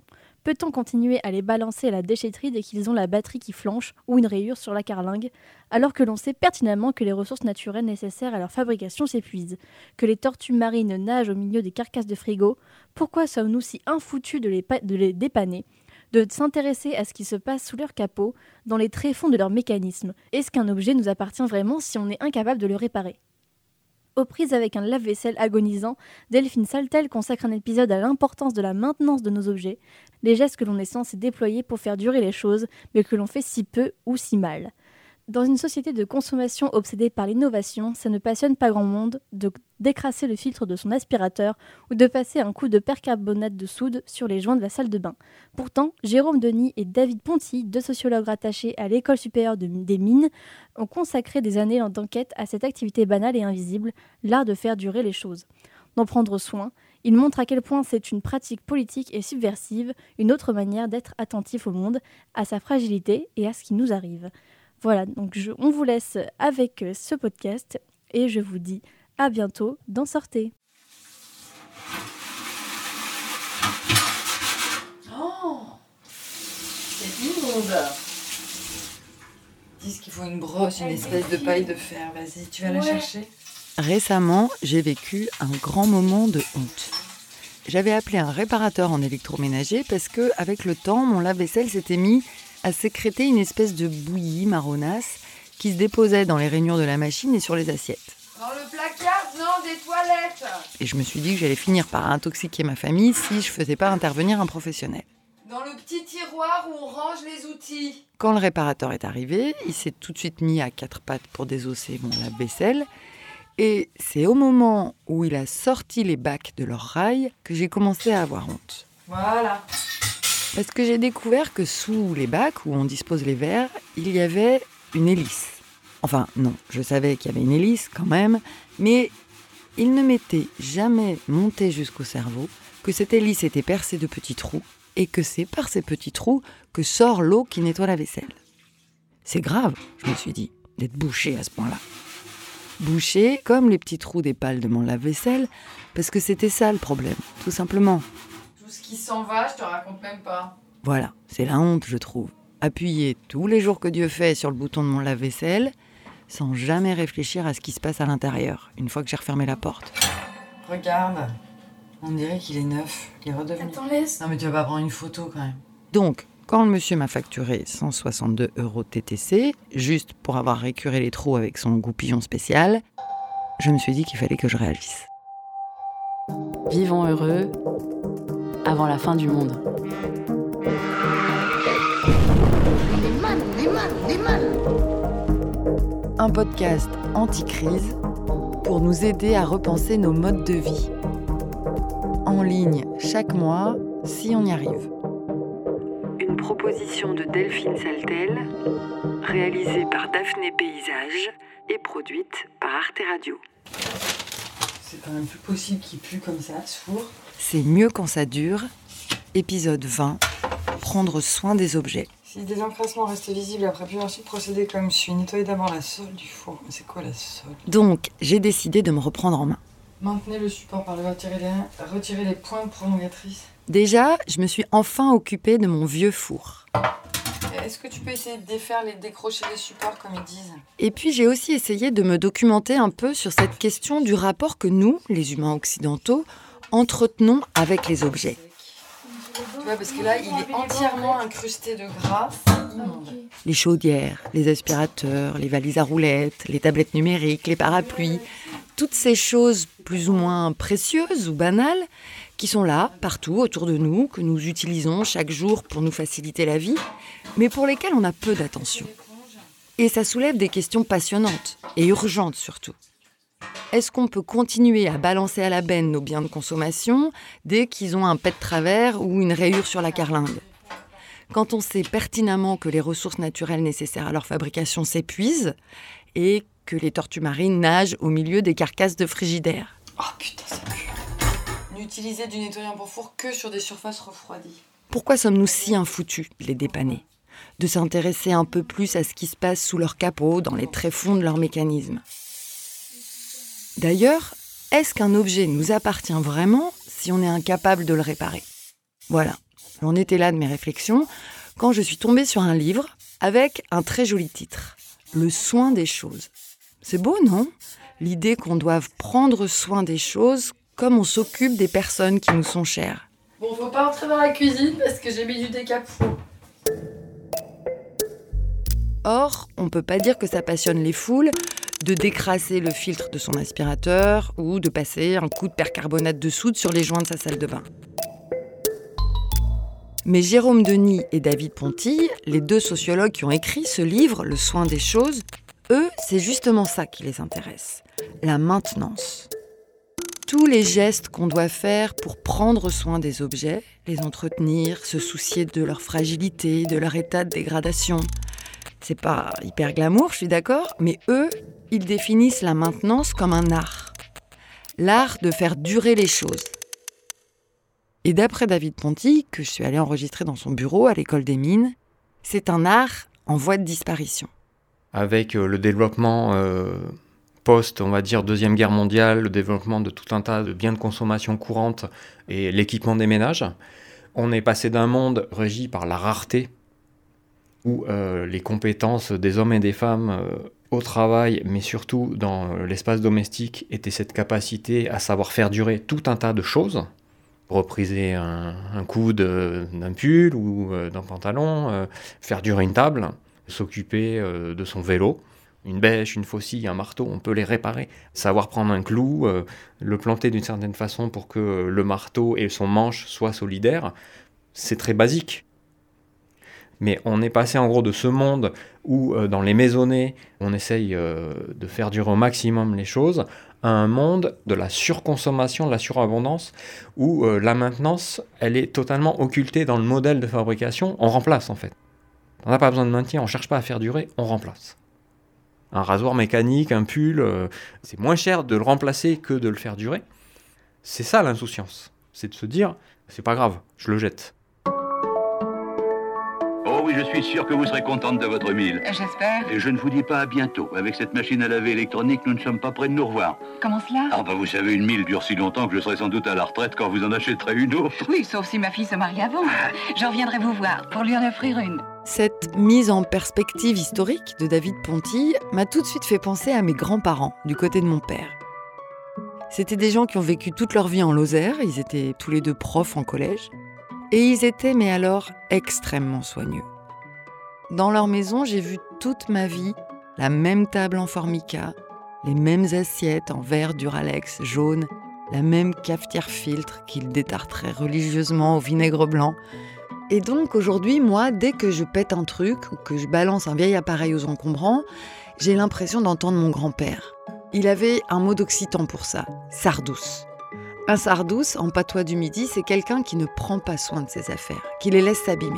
Peut-on continuer à les balancer à la déchetterie dès qu'ils ont la batterie qui flanche ou une rayure sur la carlingue, alors que l'on sait pertinemment que les ressources naturelles nécessaires à leur fabrication s'épuisent, que les tortues marines nagent au milieu des carcasses de frigo? Pourquoi sommes-nous si infoutus de les dépanner, de s'intéresser à ce qui se passe sous leur capot, dans les tréfonds de leur mécanisme? Est-ce qu'un objet nous appartient vraiment si on est incapable de le réparer? Aux prises avec un lave-vaisselle agonisant, Delphine Saltel consacre un épisode à l'importance de la maintenance de nos objets, les gestes que l'on est censé déployer pour faire durer les choses, mais que l'on fait si peu ou si mal. Dans une société de consommation obsédée par l'innovation, ça ne passionne pas grand monde de décrasser le filtre de son aspirateur ou de passer un coup de percarbonate de soude sur les joints de la salle de bain. Pourtant, Jérôme Denis et David Ponty, deux sociologues rattachés à l'École supérieure des mines, ont consacré des années d'enquête à cette activité banale et invisible, l'art de faire durer les choses. D'en prendre soin, ils montrent à quel point c'est une pratique politique et subversive, une autre manière d'être attentif au monde, à sa fragilité et à ce qui nous arrive. Voilà, donc on vous laisse avec ce podcast et je vous dis à bientôt dans Sortez. Oh, c'est immonde. Ils disent qu'il faut une brosse, une espèce de paille de fer. Vas-y, tu vas la chercher. Récemment, j'ai vécu un grand moment de honte. J'avais appelé un réparateur en électroménager parce que, avec le temps, mon lave-vaisselle s'était mis à sécréter une espèce de bouillie marronasse qui se déposait dans les rainures de la machine et sur les assiettes. Dans le placard, non, des toilettes. Et je me suis dit que j'allais finir par intoxiquer ma famille si je faisais pas intervenir un professionnel. Dans le petit tiroir où on range les outils. Quand le réparateur est arrivé, il s'est tout de suite mis à quatre pattes pour désosser mon lave-vaisselle. Et c'est au moment où il a sorti les bacs de leurs rails que j'ai commencé à avoir honte. Voilà. Parce que j'ai découvert que sous les bacs où on dispose les verres, il y avait une hélice. Enfin, non, je savais qu'il y avait une hélice quand même, mais il ne m'était jamais monté jusqu'au cerveau que cette hélice était percée de petits trous et que c'est par ces petits trous que sort l'eau qui nettoie la vaisselle. C'est grave, je me suis dit, d'être bouché à ce point-là. Bouché comme les petits trous des pales de mon lave-vaisselle, parce que c'était ça le problème, tout simplement. Tout ce qui s'en va, je te raconte même pas. Voilà, c'est la honte, je trouve. Appuyer tous les jours que Dieu fait sur le bouton de mon lave-vaisselle, sans jamais réfléchir à ce qui se passe à l'intérieur, une fois que j'ai refermé la porte. Regarde, on dirait qu'il est neuf, il est redevenu. Attends, laisse. Non mais tu vas pas prendre une photo quand même. Donc, quand le monsieur m'a facturé 162 € TTC, juste pour avoir récuré les trous avec son goupillon spécial, je me suis dit qu'il fallait que je réagisse. Vivons heureux avant la fin du monde. Un podcast anti-crise pour nous aider à repenser nos modes de vie. En ligne chaque mois, si on y arrive. Une proposition de Delphine Saltel, réalisée par Daphné Paysage et produite par Arte Radio. C'est quand même plus possible qu'il pue comme ça, ce four. C'est mieux quand ça dure. Épisode 20. Prendre soin des objets. Si des encrassements restent visibles après puis ensuite procéder comme suit. Nettoyer d'abord la sole du four. Mais c'est quoi la sole? Donc, j'ai décidé de me reprendre en main. Maintenez le support par le bas, retirez les pointes prolongatrices. Déjà, je me suis enfin occupée de mon vieux four. Est-ce que tu peux essayer de défaire décrocher les supports comme ils disent? Et puis j'ai aussi essayé de me documenter un peu sur cette question du rapport que nous, les humains occidentaux, entretenons avec les objets. Tu vois, parce que là, il est entièrement incrusté de gras. Les chaudières, les aspirateurs, les valises à roulettes, les tablettes numériques, les parapluies, toutes ces choses plus ou moins précieuses ou banales qui sont là, partout, autour de nous, que nous utilisons chaque jour pour nous faciliter la vie, mais pour lesquelles on a peu d'attention. Et ça soulève des questions passionnantes, et urgentes surtout. Est-ce qu'on peut continuer à balancer à la benne nos biens de consommation dès qu'ils ont un pet de travers ou une rayure sur la carlingue? Quand on sait pertinemment que les ressources naturelles nécessaires à leur fabrication s'épuisent et que les tortues marines nagent au milieu des carcasses de frigidaires. Oh putain, ça pue. N'utilisez du nettoyant pour four que sur des surfaces refroidies. Pourquoi sommes-nous si infoutus de les dépanner? De s'intéresser un peu plus à ce qui se passe sous leur capot, dans les tréfonds de leur mécanisme. D'ailleurs, est-ce qu'un objet nous appartient vraiment si on est incapable de le réparer? Voilà, J'en étais là de mes réflexions quand je suis tombée sur un livre avec un très joli titre, « Le soin des choses ». C'est beau, non ? L'idée qu'on doive prendre soin des choses comme on s'occupe des personnes qui nous sont chères. Bon, faut pas entrer dans la cuisine parce que j'ai mis du décapou. Or, on peut pas dire que ça passionne les foules de décrasser le filtre de son aspirateur ou de passer un coup de percarbonate de soude sur les joints de sa salle de bain. Mais Jérôme Denis et David Ponty, les deux sociologues qui ont écrit ce livre, Le soin des choses, eux, c'est justement ça qui les intéresse, la maintenance. Tous les gestes qu'on doit faire pour prendre soin des objets, les entretenir, se soucier de leur fragilité, de leur état de dégradation. C'est pas hyper glamour, je suis d'accord, mais eux, ils définissent la maintenance comme un art. L'art de faire durer les choses. Et d'après David Ponty, que je suis allée enregistrer dans son bureau à l'école des mines, c'est un art en voie de disparition. Avec le développement post, on va dire, Deuxième Guerre mondiale, le développement de tout un tas de biens de consommation courante et l'équipement des ménages, on est passé d'un monde régi par la rareté, où les compétences des hommes et des femmes au travail, mais surtout dans l'espace domestique, étaient cette capacité à savoir faire durer tout un tas de choses, repriser un coude d'un pull ou d'un pantalon, faire durer une table, s'occuper de son vélo, une bêche, une faucille, un marteau, on peut les réparer. Savoir prendre un clou, le planter d'une certaine façon pour que le marteau et son manche soient solidaires, c'est très basique. Mais on est passé en gros de ce monde où dans les maisonnées, on essaye de faire durer au maximum les choses, à un monde de la surconsommation, de la surabondance, où la maintenance, elle est totalement occultée dans le modèle de fabrication. On remplace en fait. On n'a pas besoin de maintien, on ne cherche pas à faire durer, on remplace. Un rasoir mécanique, un pull, c'est moins cher de le remplacer que de le faire durer. C'est ça l'insouciance, c'est de se dire, c'est pas grave, je le jette. Oh oui, je suis sûr que vous serez contente de votre mille. J'espère. Et je ne vous dis pas à bientôt. Avec cette machine à laver électronique, nous ne sommes pas près de nous revoir. Comment cela ? Ah bah vous savez, une mille dure si longtemps que je serai sans doute à la retraite quand vous en achèterez une autre. Oui, sauf si ma fille se marie avant. Je reviendrai vous voir pour lui en offrir une. Cette mise en perspective historique de David Ponty m'a tout de suite fait penser à mes grands-parents, du côté de mon père. C'était des gens qui ont vécu toute leur vie en Lozère, ils étaient tous les deux profs en collège, et ils étaient, mais alors, extrêmement soigneux. Dans leur maison, j'ai vu toute ma vie la même table en formica, les mêmes assiettes en verre Duralex jaune, la même cafetière filtre qu'ils détartreraient religieusement au vinaigre blanc. Et donc aujourd'hui, moi, dès que je pète un truc ou que je balance un vieil appareil aux encombrants, j'ai l'impression d'entendre mon grand-père. Il avait un mot d'occitan pour ça, sardousse. Un sardousse, en patois du Midi, c'est quelqu'un qui ne prend pas soin de ses affaires, qui les laisse s'abîmer.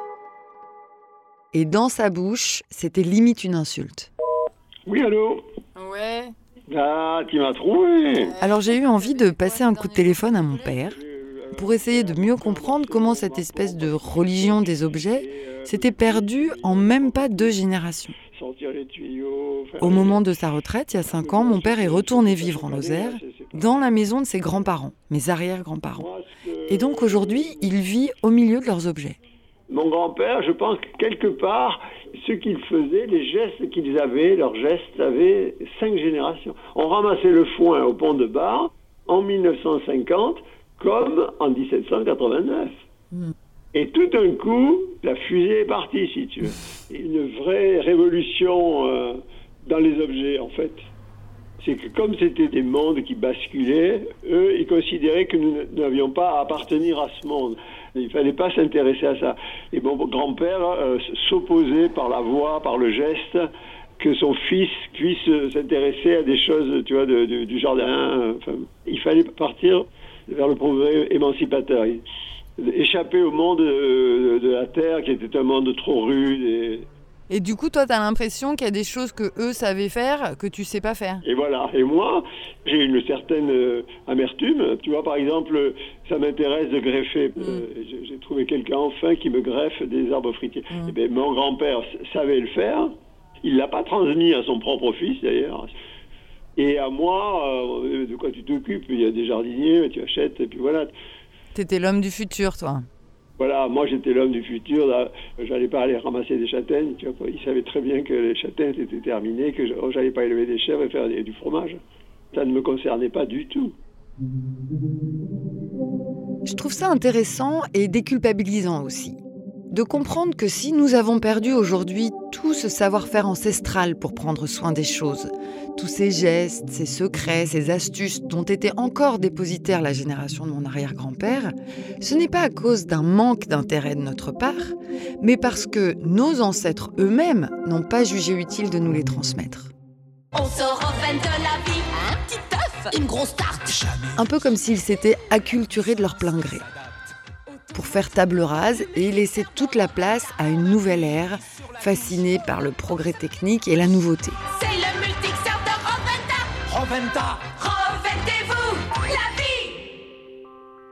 Et dans sa bouche, c'était limite une insulte. Oui, allô ? Ouais. Ah, tu m'as trouvé. Alors j'ai eu envie de passer un coup de téléphone à mon père pour essayer de mieux comprendre comment cette espèce de religion des objets s'était perdue en même pas 2 générations. Au moment de sa retraite, il y a 5 ans, mon père est retourné vivre en Lozère, dans la maison de ses grands-parents, mes arrière-grands-parents. Et donc aujourd'hui, il vit au milieu de leurs objets. Mon grand-père, je pense que quelque part, ce qu'il faisait, les gestes qu'ils avaient, leurs gestes avaient 5 générations. On ramassait le foin au pont de Bar en 1950 comme en 1789. Et tout d'un coup, la fusée est partie, si tu veux. Une vraie révolution dans les objets, en fait. C'est que comme c'était des mondes qui basculaient, eux, ils considéraient que nous n'avions pas à appartenir à ce monde. Il ne fallait pas s'intéresser à ça. Et mon grand-père s'opposait par la voix, par le geste, que son fils puisse s'intéresser à des choses, tu vois, du jardin. Enfin, il fallait partir vers le progrès émancipateur. Échapper au monde de la Terre, qui était un monde trop rude. Et du coup, toi, t'as l'impression qu'il y a des choses que eux savaient faire, que tu sais pas faire. Et voilà. Et moi, j'ai une certaine amertume. Tu vois, par exemple, ça m'intéresse de greffer. J'ai trouvé quelqu'un enfin qui me greffe des arbres fruitiers. Et bien, mon grand-père savait le faire. Il l'a pas transmis à son propre fils, d'ailleurs. Et à moi, de quoi tu t'occupes ? Il y a des jardiniers, tu achètes, et puis voilà. T'étais l'homme du futur, toi. Voilà, moi j'étais l'homme du futur, là, j'allais pas aller ramasser des châtaignes, tu vois, ils savaient très bien que les châtaignes étaient terminées, que j'allais pas élever des chèvres et faire du fromage. Ça ne me concernait pas du tout. Je trouve ça intéressant et déculpabilisant aussi, de comprendre que si nous avons perdu aujourd'hui tout ce savoir-faire ancestral pour prendre soin des choses, tous ces gestes, ces secrets, ces astuces dont était encore dépositaire la génération de mon arrière-grand-père, ce n'est pas à cause d'un manque d'intérêt de notre part, mais parce que nos ancêtres eux-mêmes n'ont pas jugé utile de nous les transmettre. On se refait de la vie, un petit œuf, une grosse tarte. Un peu comme s'ils s'étaient acculturés de leur plein gré, pour faire table rase et laisser toute la place à une nouvelle ère, fascinée par le progrès technique et la nouveauté. C'est le multixeur de Roventa. Roventa. Reventez-vous la vie.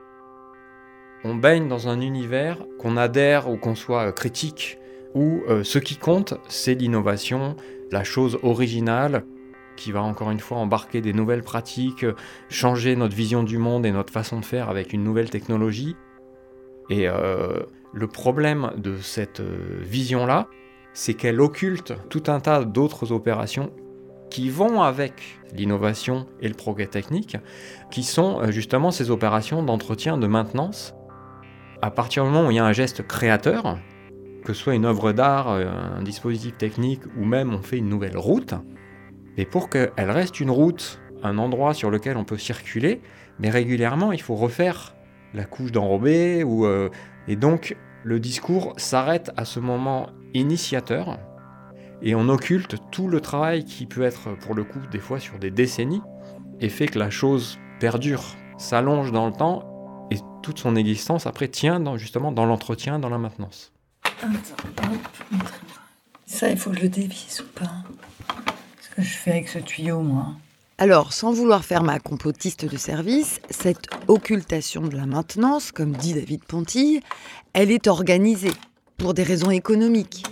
On baigne dans un univers, qu'on adhère ou qu'on soit critique, où ce qui compte, c'est l'innovation, la chose originale, qui va encore une fois embarquer des nouvelles pratiques, changer notre vision du monde et notre façon de faire avec une nouvelle technologie. Et le problème de cette vision-là, c'est qu'elle occulte tout un tas d'autres opérations qui vont avec l'innovation et le progrès technique, qui sont justement ces opérations d'entretien, de maintenance. À partir du moment où il y a un geste créateur, que ce soit une œuvre d'art, un dispositif technique, ou même on fait une nouvelle route, mais pour qu'elle reste une route, un endroit sur lequel on peut circuler, mais régulièrement il faut refaire la couche d'enrobé, et donc le discours s'arrête à ce moment initiateur, et on occulte tout le travail qui peut être pour le coup des fois sur des décennies, et fait que la chose perdure, s'allonge dans le temps, et toute son existence après tient justement dans l'entretien, dans la maintenance. Attends, hop. Ça, il faut que je le dévisse ou pas? Qu'est-ce que je fais avec ce tuyau, moi? Alors, sans vouloir faire ma complotiste de service, cette occultation de la maintenance, comme dit David Ponty, elle est organisée pour des raisons économiques,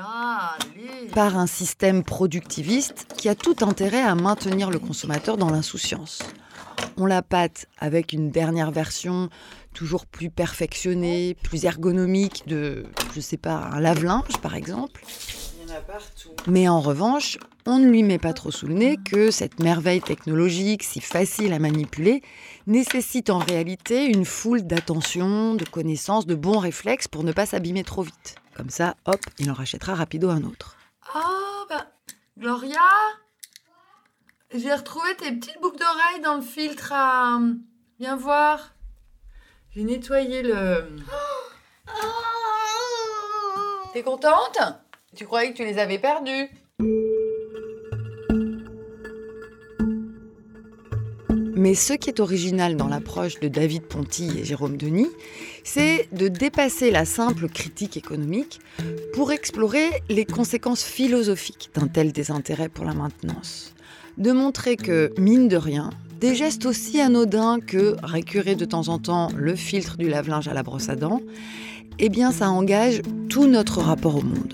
par un système productiviste qui a tout intérêt à maintenir le consommateur dans l'insouciance. On la pâte avec une dernière version toujours plus perfectionnée, plus ergonomique de, je sais pas, un lave-linge par exemple. Il y en a partout. Mais en revanche, on ne lui met pas trop sous le nez que cette merveille technologique si facile à manipuler nécessite en réalité une foule d'attention, de connaissances, de bons réflexes pour ne pas s'abîmer trop vite. Comme ça, hop, il en rachètera rapido un autre. Oh, Gloria, j'ai retrouvé tes petites boucles d'oreilles dans le filtre à... Viens voir. J'ai nettoyé le... T'es contente? Tu croyais que tu les avais perdues? Mais ce qui est original dans l'approche de David Ponty et Jérôme Denis, c'est de dépasser la simple critique économique pour explorer les conséquences philosophiques d'un tel désintérêt pour la maintenance. De montrer que, mine de rien, des gestes aussi anodins que récurer de temps en temps le filtre du lave-linge à la brosse à dents, eh bien ça engage tout notre rapport au monde.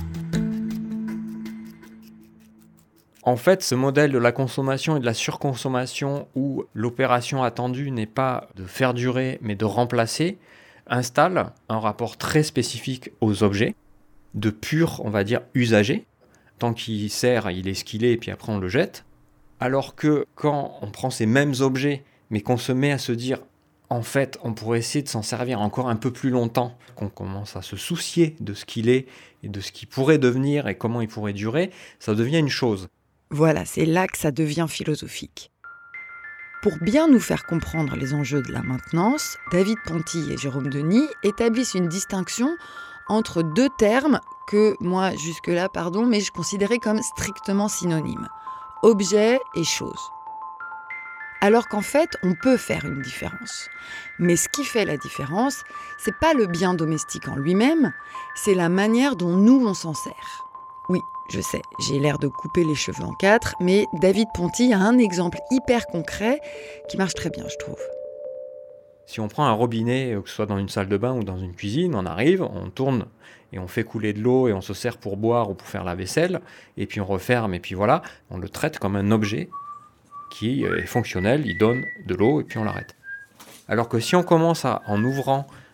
En fait, ce modèle de la consommation et de la surconsommation où l'opération attendue n'est pas de faire durer mais de remplacer, installe un rapport très spécifique aux objets, de pur, on va dire, usager. Tant qu'il sert, il est ce qu'il est et puis après on le jette. Alors que quand on prend ces mêmes objets mais qu'on se met à se dire en fait, on pourrait essayer de s'en servir encore un peu plus longtemps, qu'on commence à se soucier de ce qu'il est et de ce qu'il pourrait devenir et comment il pourrait durer, ça devient une chose. Voilà, c'est là que ça devient philosophique. Pour bien nous faire comprendre les enjeux de la maintenance, David Ponty et Jérôme Denis établissent une distinction entre deux termes que moi, jusque-là, mais je considérais comme strictement synonymes. Objet et chose. Alors qu'en fait, on peut faire une différence. Mais ce qui fait la différence, c'est pas le bien domestique en lui-même, c'est la manière dont nous on s'en sert. Oui, je sais, j'ai l'air de couper les cheveux en quatre, mais David Ponty a un exemple hyper concret qui marche très bien, je trouve. Si on prend un robinet, que ce soit dans une salle de bain ou dans une cuisine, on arrive, on tourne et on fait couler de l'eau et on se sert pour boire ou pour faire la vaisselle, et puis on referme et puis voilà, on le traite comme un objet qui est fonctionnel, il donne de l'eau et puis on l'arrête. Alors que si on commence en ouvrant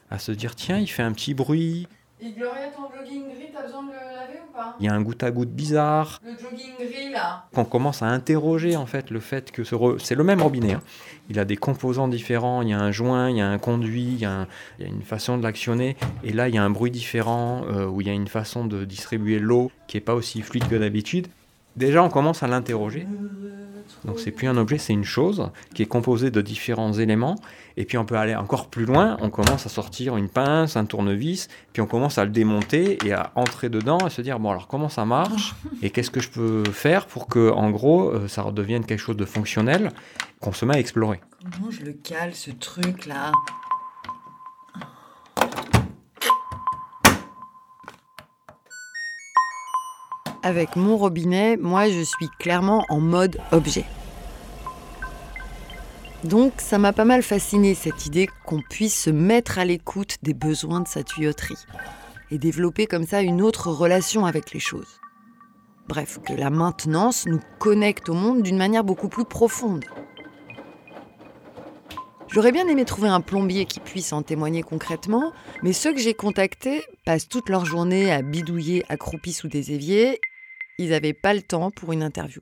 à se dire tiens, il fait un petit bruit. Et Gloria, ton jogging gris, t'as besoin de le laver ou pas ? Il y a un goutte à goutte bizarre. Le jogging gris là. Qu'on commence à interroger en fait le fait que c'est le même robinet. Hein. Il a des composants différents, il y a un joint, il y a un conduit, il y a une façon de l'actionner. Et là, il y a un bruit différent où il y a une façon de distribuer l'eau qui n'est pas aussi fluide que d'habitude. Déjà, on commence à l'interroger. Donc, c'est plus un objet, c'est une chose qui est composée de différents éléments. Et puis, on peut aller encore plus loin. On commence à sortir une pince, un tournevis. Puis, on commence à le démonter et à entrer dedans et se dire, bon, alors, comment ça marche ? Et qu'est-ce que je peux faire pour que, en gros, ça redevienne quelque chose de fonctionnel qu'on se met à explorer. Comment je le cale, ce truc-là ? Avec mon robinet, moi, je suis clairement en mode objet. Donc, ça m'a pas mal fasciné cette idée qu'on puisse se mettre à l'écoute des besoins de sa tuyauterie et développer comme ça une autre relation avec les choses. Bref, que la maintenance nous connecte au monde d'une manière beaucoup plus profonde. J'aurais bien aimé trouver un plombier qui puisse en témoigner concrètement, mais ceux que j'ai contactés passent toute leur journée à bidouiller accroupis sous des éviers. Ils n'avaient pas le temps pour une interview.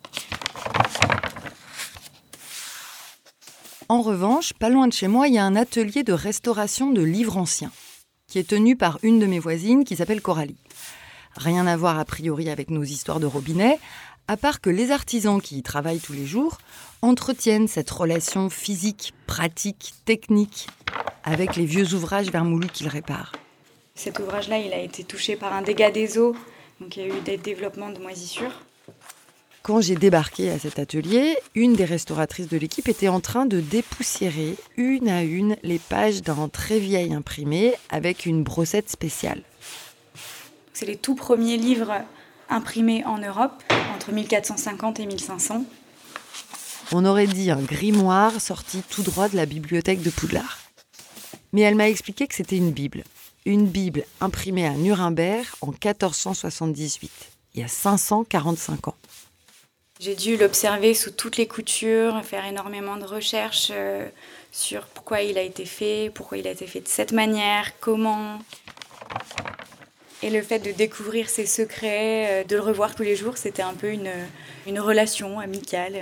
En revanche, pas loin de chez moi, il y a un atelier de restauration de livres anciens qui est tenu par une de mes voisines qui s'appelle Coralie. Rien à voir a priori avec nos histoires de robinet, à part que les artisans qui y travaillent tous les jours entretiennent cette relation physique, pratique, technique avec les vieux ouvrages vermoulus qu'ils réparent. Cet ouvrage-là, il a été touché par un dégât des eaux, donc il y a eu des développements de moisissures. Quand j'ai débarqué à cet atelier, une des restauratrices de l'équipe était en train de dépoussiérer une à une les pages d'un très vieil imprimé avec une brossette spéciale. C'est les tout premiers livres imprimés en Europe, entre 1450 et 1500. On aurait dit un grimoire sorti tout droit de la bibliothèque de Poudlard. Mais elle m'a expliqué que c'était une Bible. Une Bible imprimée à Nuremberg en 1478, il y a 545 ans. J'ai dû l'observer sous toutes les coutures, faire énormément de recherches sur pourquoi il a été fait de cette manière, comment. Et le fait de découvrir ses secrets, de le revoir tous les jours, c'était un peu une relation amicale.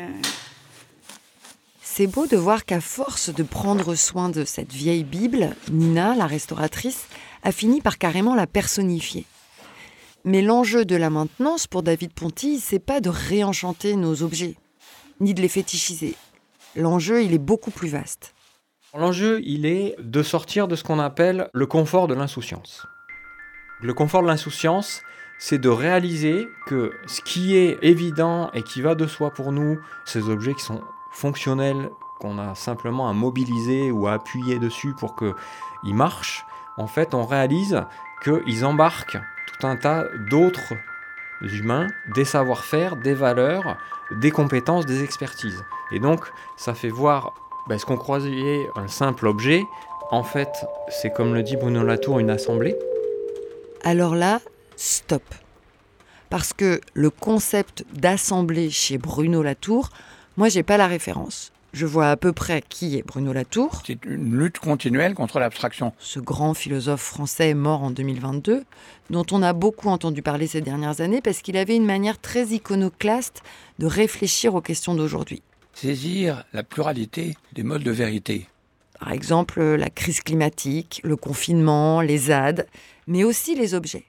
C'est beau de voir qu'à force de prendre soin de cette vieille Bible, Nina, la restauratrice, a fini par carrément la personnifier. Mais l'enjeu de la maintenance pour David Ponty, c'est pas de réenchanter nos objets, ni de les fétichiser. L'enjeu, il est beaucoup plus vaste. L'enjeu, il est de sortir de ce qu'on appelle le confort de l'insouciance. Le confort de l'insouciance, c'est de réaliser que ce qui est évident et qui va de soi pour nous, ces objets qui sont fonctionnels, qu'on a simplement à mobiliser ou à appuyer dessus pour qu'ils marchent, en fait, on réalise qu'ils embarquent tout un tas d'autres humains, des savoir-faire, des valeurs, des compétences, des expertises. Et donc, ça fait voir ce qu'on croyait un simple objet. En fait, c'est comme le dit Bruno Latour, une assemblée. Alors là, stop. Parce que le concept d'assemblée chez Bruno Latour, moi, j'ai pas la référence. Je vois à peu près qui est Bruno Latour. C'est une lutte continuelle contre l'abstraction. Ce grand philosophe français mort en 2022, dont on a beaucoup entendu parler ces dernières années parce qu'il avait une manière très iconoclaste de réfléchir aux questions d'aujourd'hui. Saisir la pluralité des modes de vérité. Par exemple, la crise climatique, le confinement, les ZAD, mais aussi les objets.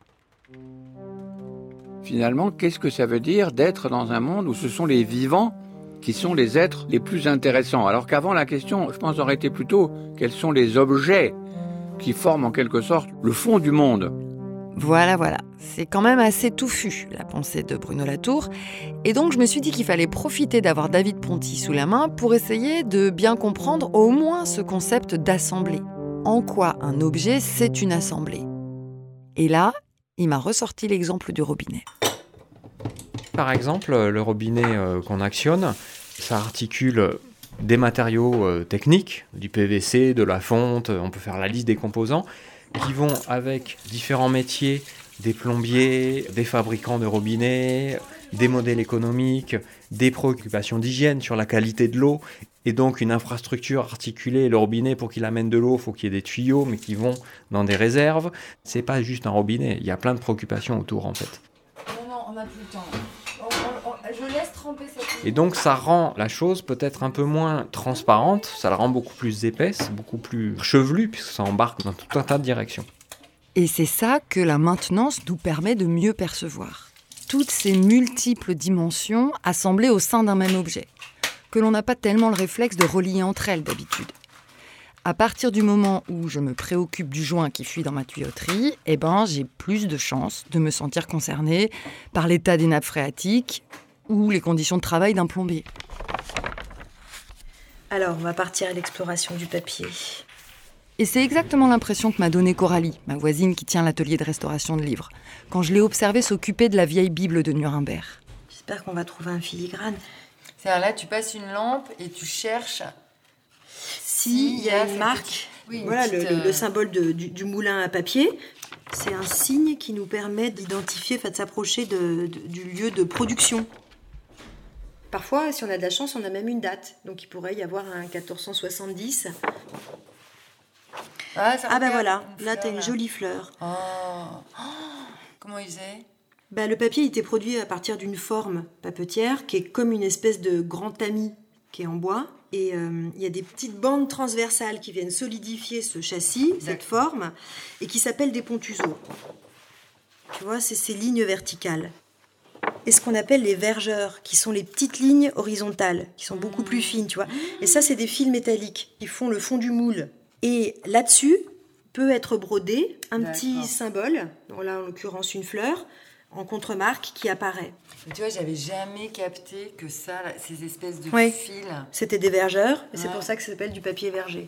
Finalement, qu'est-ce que ça veut dire d'être dans un monde où ce sont les vivants qui sont les êtres les plus intéressants. Alors qu'avant, la question, je pense, aurait été plutôt quels sont les objets qui forment en quelque sorte le fond du monde. Voilà. C'est quand même assez touffu, la pensée de Bruno Latour. Et donc, je me suis dit qu'il fallait profiter d'avoir David Ponty sous la main pour essayer de bien comprendre au moins ce concept d'assemblée. En quoi un objet, c'est une assemblée ? Et là, il m'a ressorti l'exemple du robinet. Par exemple, le robinet qu'on actionne, ça articule des matériaux techniques, du PVC, de la fonte, on peut faire la liste des composants, qui vont avec différents métiers, des plombiers, des fabricants de robinets, des modèles économiques, des préoccupations d'hygiène sur la qualité de l'eau, et donc une infrastructure articulée. Le robinet, pour qu'il amène de l'eau, il faut qu'il y ait des tuyaux, mais qui vont dans des réserves. C'est pas juste un robinet, il y a plein de préoccupations autour en fait. Non, on n'a plus le temps. Je laisse tremper cette... Et donc ça rend la chose peut-être un peu moins transparente, ça la rend beaucoup plus épaisse, beaucoup plus chevelue, puisque ça embarque dans tout un tas de directions. Et c'est ça que la maintenance nous permet de mieux percevoir. Toutes ces multiples dimensions assemblées au sein d'un même objet, que l'on n'a pas tellement le réflexe de relier entre elles d'habitude. À partir du moment où je me préoccupe du joint qui fuit dans ma tuyauterie, j'ai plus de chances de me sentir concernée par l'état des nappes phréatiques ou les conditions de travail d'un plombier. Alors, on va partir à l'exploration du papier. Et c'est exactement l'impression que m'a donnée Coralie, ma voisine qui tient l'atelier de restauration de livres, quand je l'ai observée s'occuper de la vieille Bible de Nuremberg. J'espère qu'on va trouver un filigrane. C'est-à-dire là, tu passes une lampe et tu cherches... Si, il y a une marque. Oui, voilà, le symbole du moulin à papier. C'est un signe qui nous permet d'identifier, de s'approcher du lieu de production. Parfois, si on a de la chance, on a même une date. Donc il pourrait y avoir un 1470. Voilà, là tu as une jolie fleur. Comment il faisait ? Le papier était produit à partir d'une forme papetière qui est comme une espèce de grand tamis qui est en bois. Et il y a des petites bandes transversales qui viennent solidifier ce châssis, cette forme, et qui s'appellent des pontuseaux. Tu vois, c'est ces lignes verticales. Et ce qu'on appelle les vergeurs, qui sont les petites lignes horizontales, qui sont beaucoup plus fines, tu vois. Et ça, c'est des fils métalliques qui font le fond du moule. Et là-dessus peut être brodé un petit symbole, donc là en l'occurrence une fleur, en contremarque qui apparaît. Tu vois, j'avais jamais capté que ça, ces espèces de fils... C'était des vergeurs, et c'est pour ça que ça s'appelle du papier verger.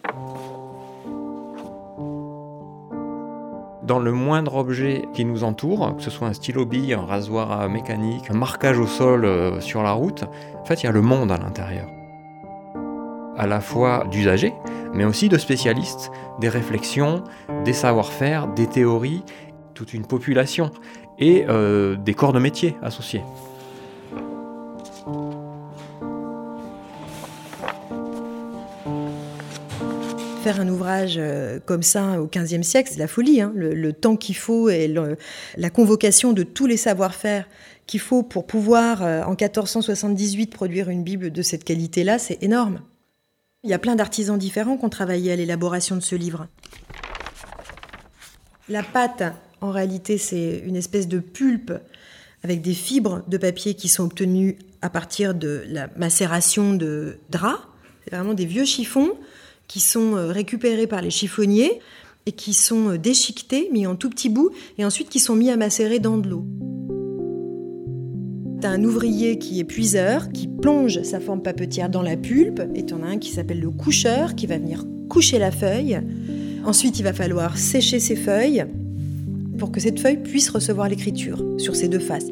Dans le moindre objet qui nous entoure, que ce soit un stylo-bille, un rasoir mécanique, un marquage au sol sur la route, en fait, il y a le monde à l'intérieur. À la fois d'usagers, mais aussi de spécialistes, des réflexions, des savoir-faire, des théories, toute une population et des corps de métier associés. Faire un ouvrage comme ça au XVe siècle, c'est de la folie. Le temps qu'il faut et la convocation de tous les savoir-faire qu'il faut pour pouvoir, en 1478, produire une Bible de cette qualité-là, c'est énorme. Il y a plein d'artisans différents qui ont travaillé à l'élaboration de ce livre. La pâte, en réalité, c'est une espèce de pulpe avec des fibres de papier qui sont obtenues à partir de la macération de draps. C'est vraiment des vieux chiffons qui sont récupérés par les chiffonniers et qui sont déchiquetés, mis en tout petits bouts, et ensuite qui sont mis à macérer dans de l'eau. T'as un ouvrier qui est puiseur, qui plonge sa forme papetière dans la pulpe, et t'en as un qui s'appelle le coucheur, qui va venir coucher la feuille. Ensuite, il va falloir sécher ces feuilles pour que cette feuille puisse recevoir l'écriture sur ses deux faces.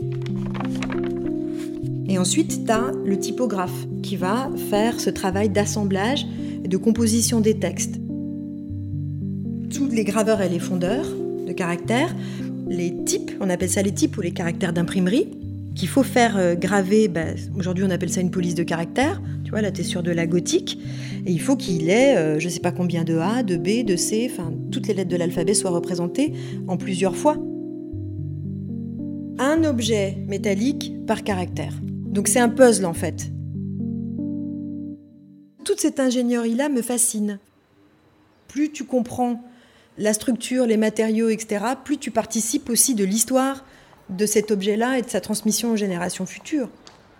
Et ensuite, t'as le typographe qui va faire ce travail d'assemblage et de composition des textes. Tous les graveurs et les fondeurs de caractères, les types, on appelle ça les types ou les caractères d'imprimerie, qu'il faut faire graver, aujourd'hui on appelle ça une police de caractères, tu vois, là t'es sur de la gothique, et il faut qu'il ait, je ne sais pas combien de A, de B, de C, enfin toutes les lettres de l'alphabet soient représentées en plusieurs fois. Un objet métallique par caractère. Donc c'est un puzzle en fait. Toute cette ingénierie-là me fascine. Plus tu comprends la structure, les matériaux, etc., plus tu participes aussi de l'histoire de cet objet-là et de sa transmission aux générations futures.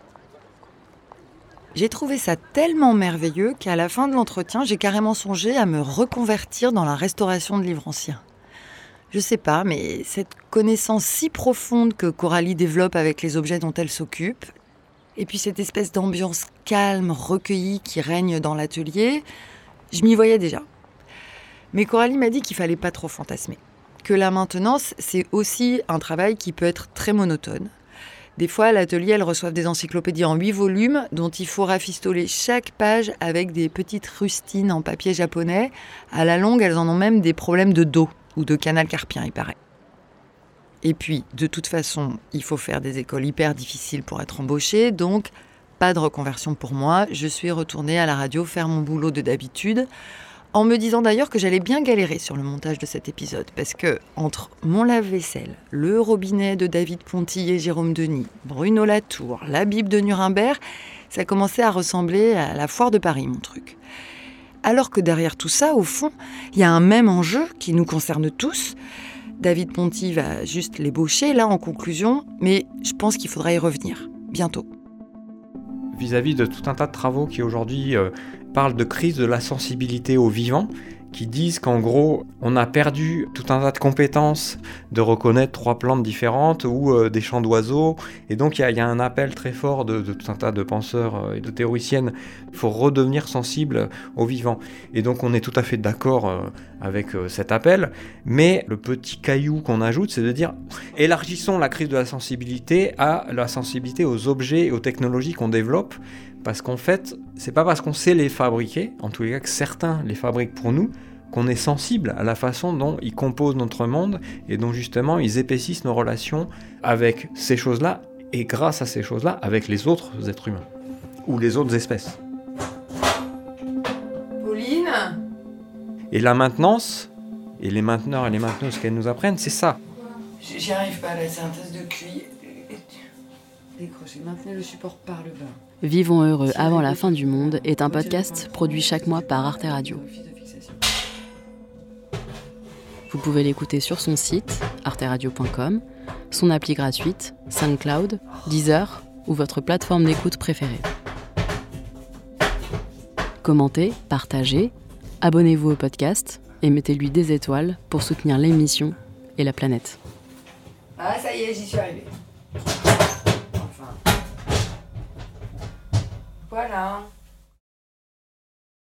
J'ai trouvé ça tellement merveilleux qu'à la fin de l'entretien, j'ai carrément songé à me reconvertir dans la restauration de livres anciens. Je sais pas, mais cette connaissance si profonde que Coralie développe avec les objets dont elle s'occupe, et puis cette espèce d'ambiance calme, recueillie qui règne dans l'atelier, je m'y voyais déjà. Mais Coralie m'a dit qu'il fallait pas trop fantasmer. Que la maintenance, c'est aussi un travail qui peut être très monotone. Des fois, à l'atelier, elles reçoivent des encyclopédies en 8 volumes dont il faut rafistoler chaque page avec des petites rustines en papier japonais. À la longue, elles en ont même des problèmes de dos ou de canal carpien, il paraît. Et puis, de toute façon, il faut faire des écoles hyper difficiles pour être embauché, donc pas de reconversion pour moi. Je suis retournée à la radio faire mon boulot de d'habitude, en me disant d'ailleurs que j'allais bien galérer sur le montage de cet épisode, parce que entre mon lave-vaisselle, le robinet de David Ponty et Jérôme Denis, Bruno Latour, la Bible de Nuremberg, ça commençait à ressembler à la foire de Paris, mon truc. Alors que derrière tout ça, au fond, il y a un même enjeu qui nous concerne tous. David Ponty va juste l'ébaucher, là, en conclusion, mais je pense qu'il faudra y revenir, bientôt. Vis-à-vis de tout un tas de travaux qui aujourd'hui parlent de crise de la sensibilité au vivant, qui disent qu'en gros, on a perdu tout un tas de compétences de reconnaître 3 plantes différentes ou des chants d'oiseaux. Et donc, il y a un appel très fort de tout un tas de penseurs et de théoriciennes. Il faut redevenir sensible au vivant. Et donc, on est tout à fait d'accord avec cet appel. Mais le petit caillou qu'on ajoute, c'est de dire élargissons la crise de la sensibilité à la sensibilité aux objets et aux technologies qu'on développe. Parce qu'en fait, c'est pas parce qu'on sait les fabriquer, en tous les cas que certains les fabriquent pour nous, qu'on est sensible à la façon dont ils composent notre monde et dont justement ils épaississent nos relations avec ces choses-là et grâce à ces choses-là avec les autres êtres humains ou les autres espèces. Pauline ? Et la maintenance, et les mainteneurs et les mainteneuses qu'elles nous apprennent, c'est ça. J'y arrive pas là, c'est un test de QI. Décrochez, maintenez le support par le bas. Vivons heureux avant la fin du monde est un podcast produit chaque mois par Arte Radio. Vous pouvez l'écouter sur son site, arteradio.com, son appli gratuite, SoundCloud, Deezer ou votre plateforme d'écoute préférée. Commentez, partagez, abonnez-vous au podcast et mettez-lui des étoiles pour soutenir l'émission et la planète. Ah, ça y est, j'y suis arrivée. Voilà.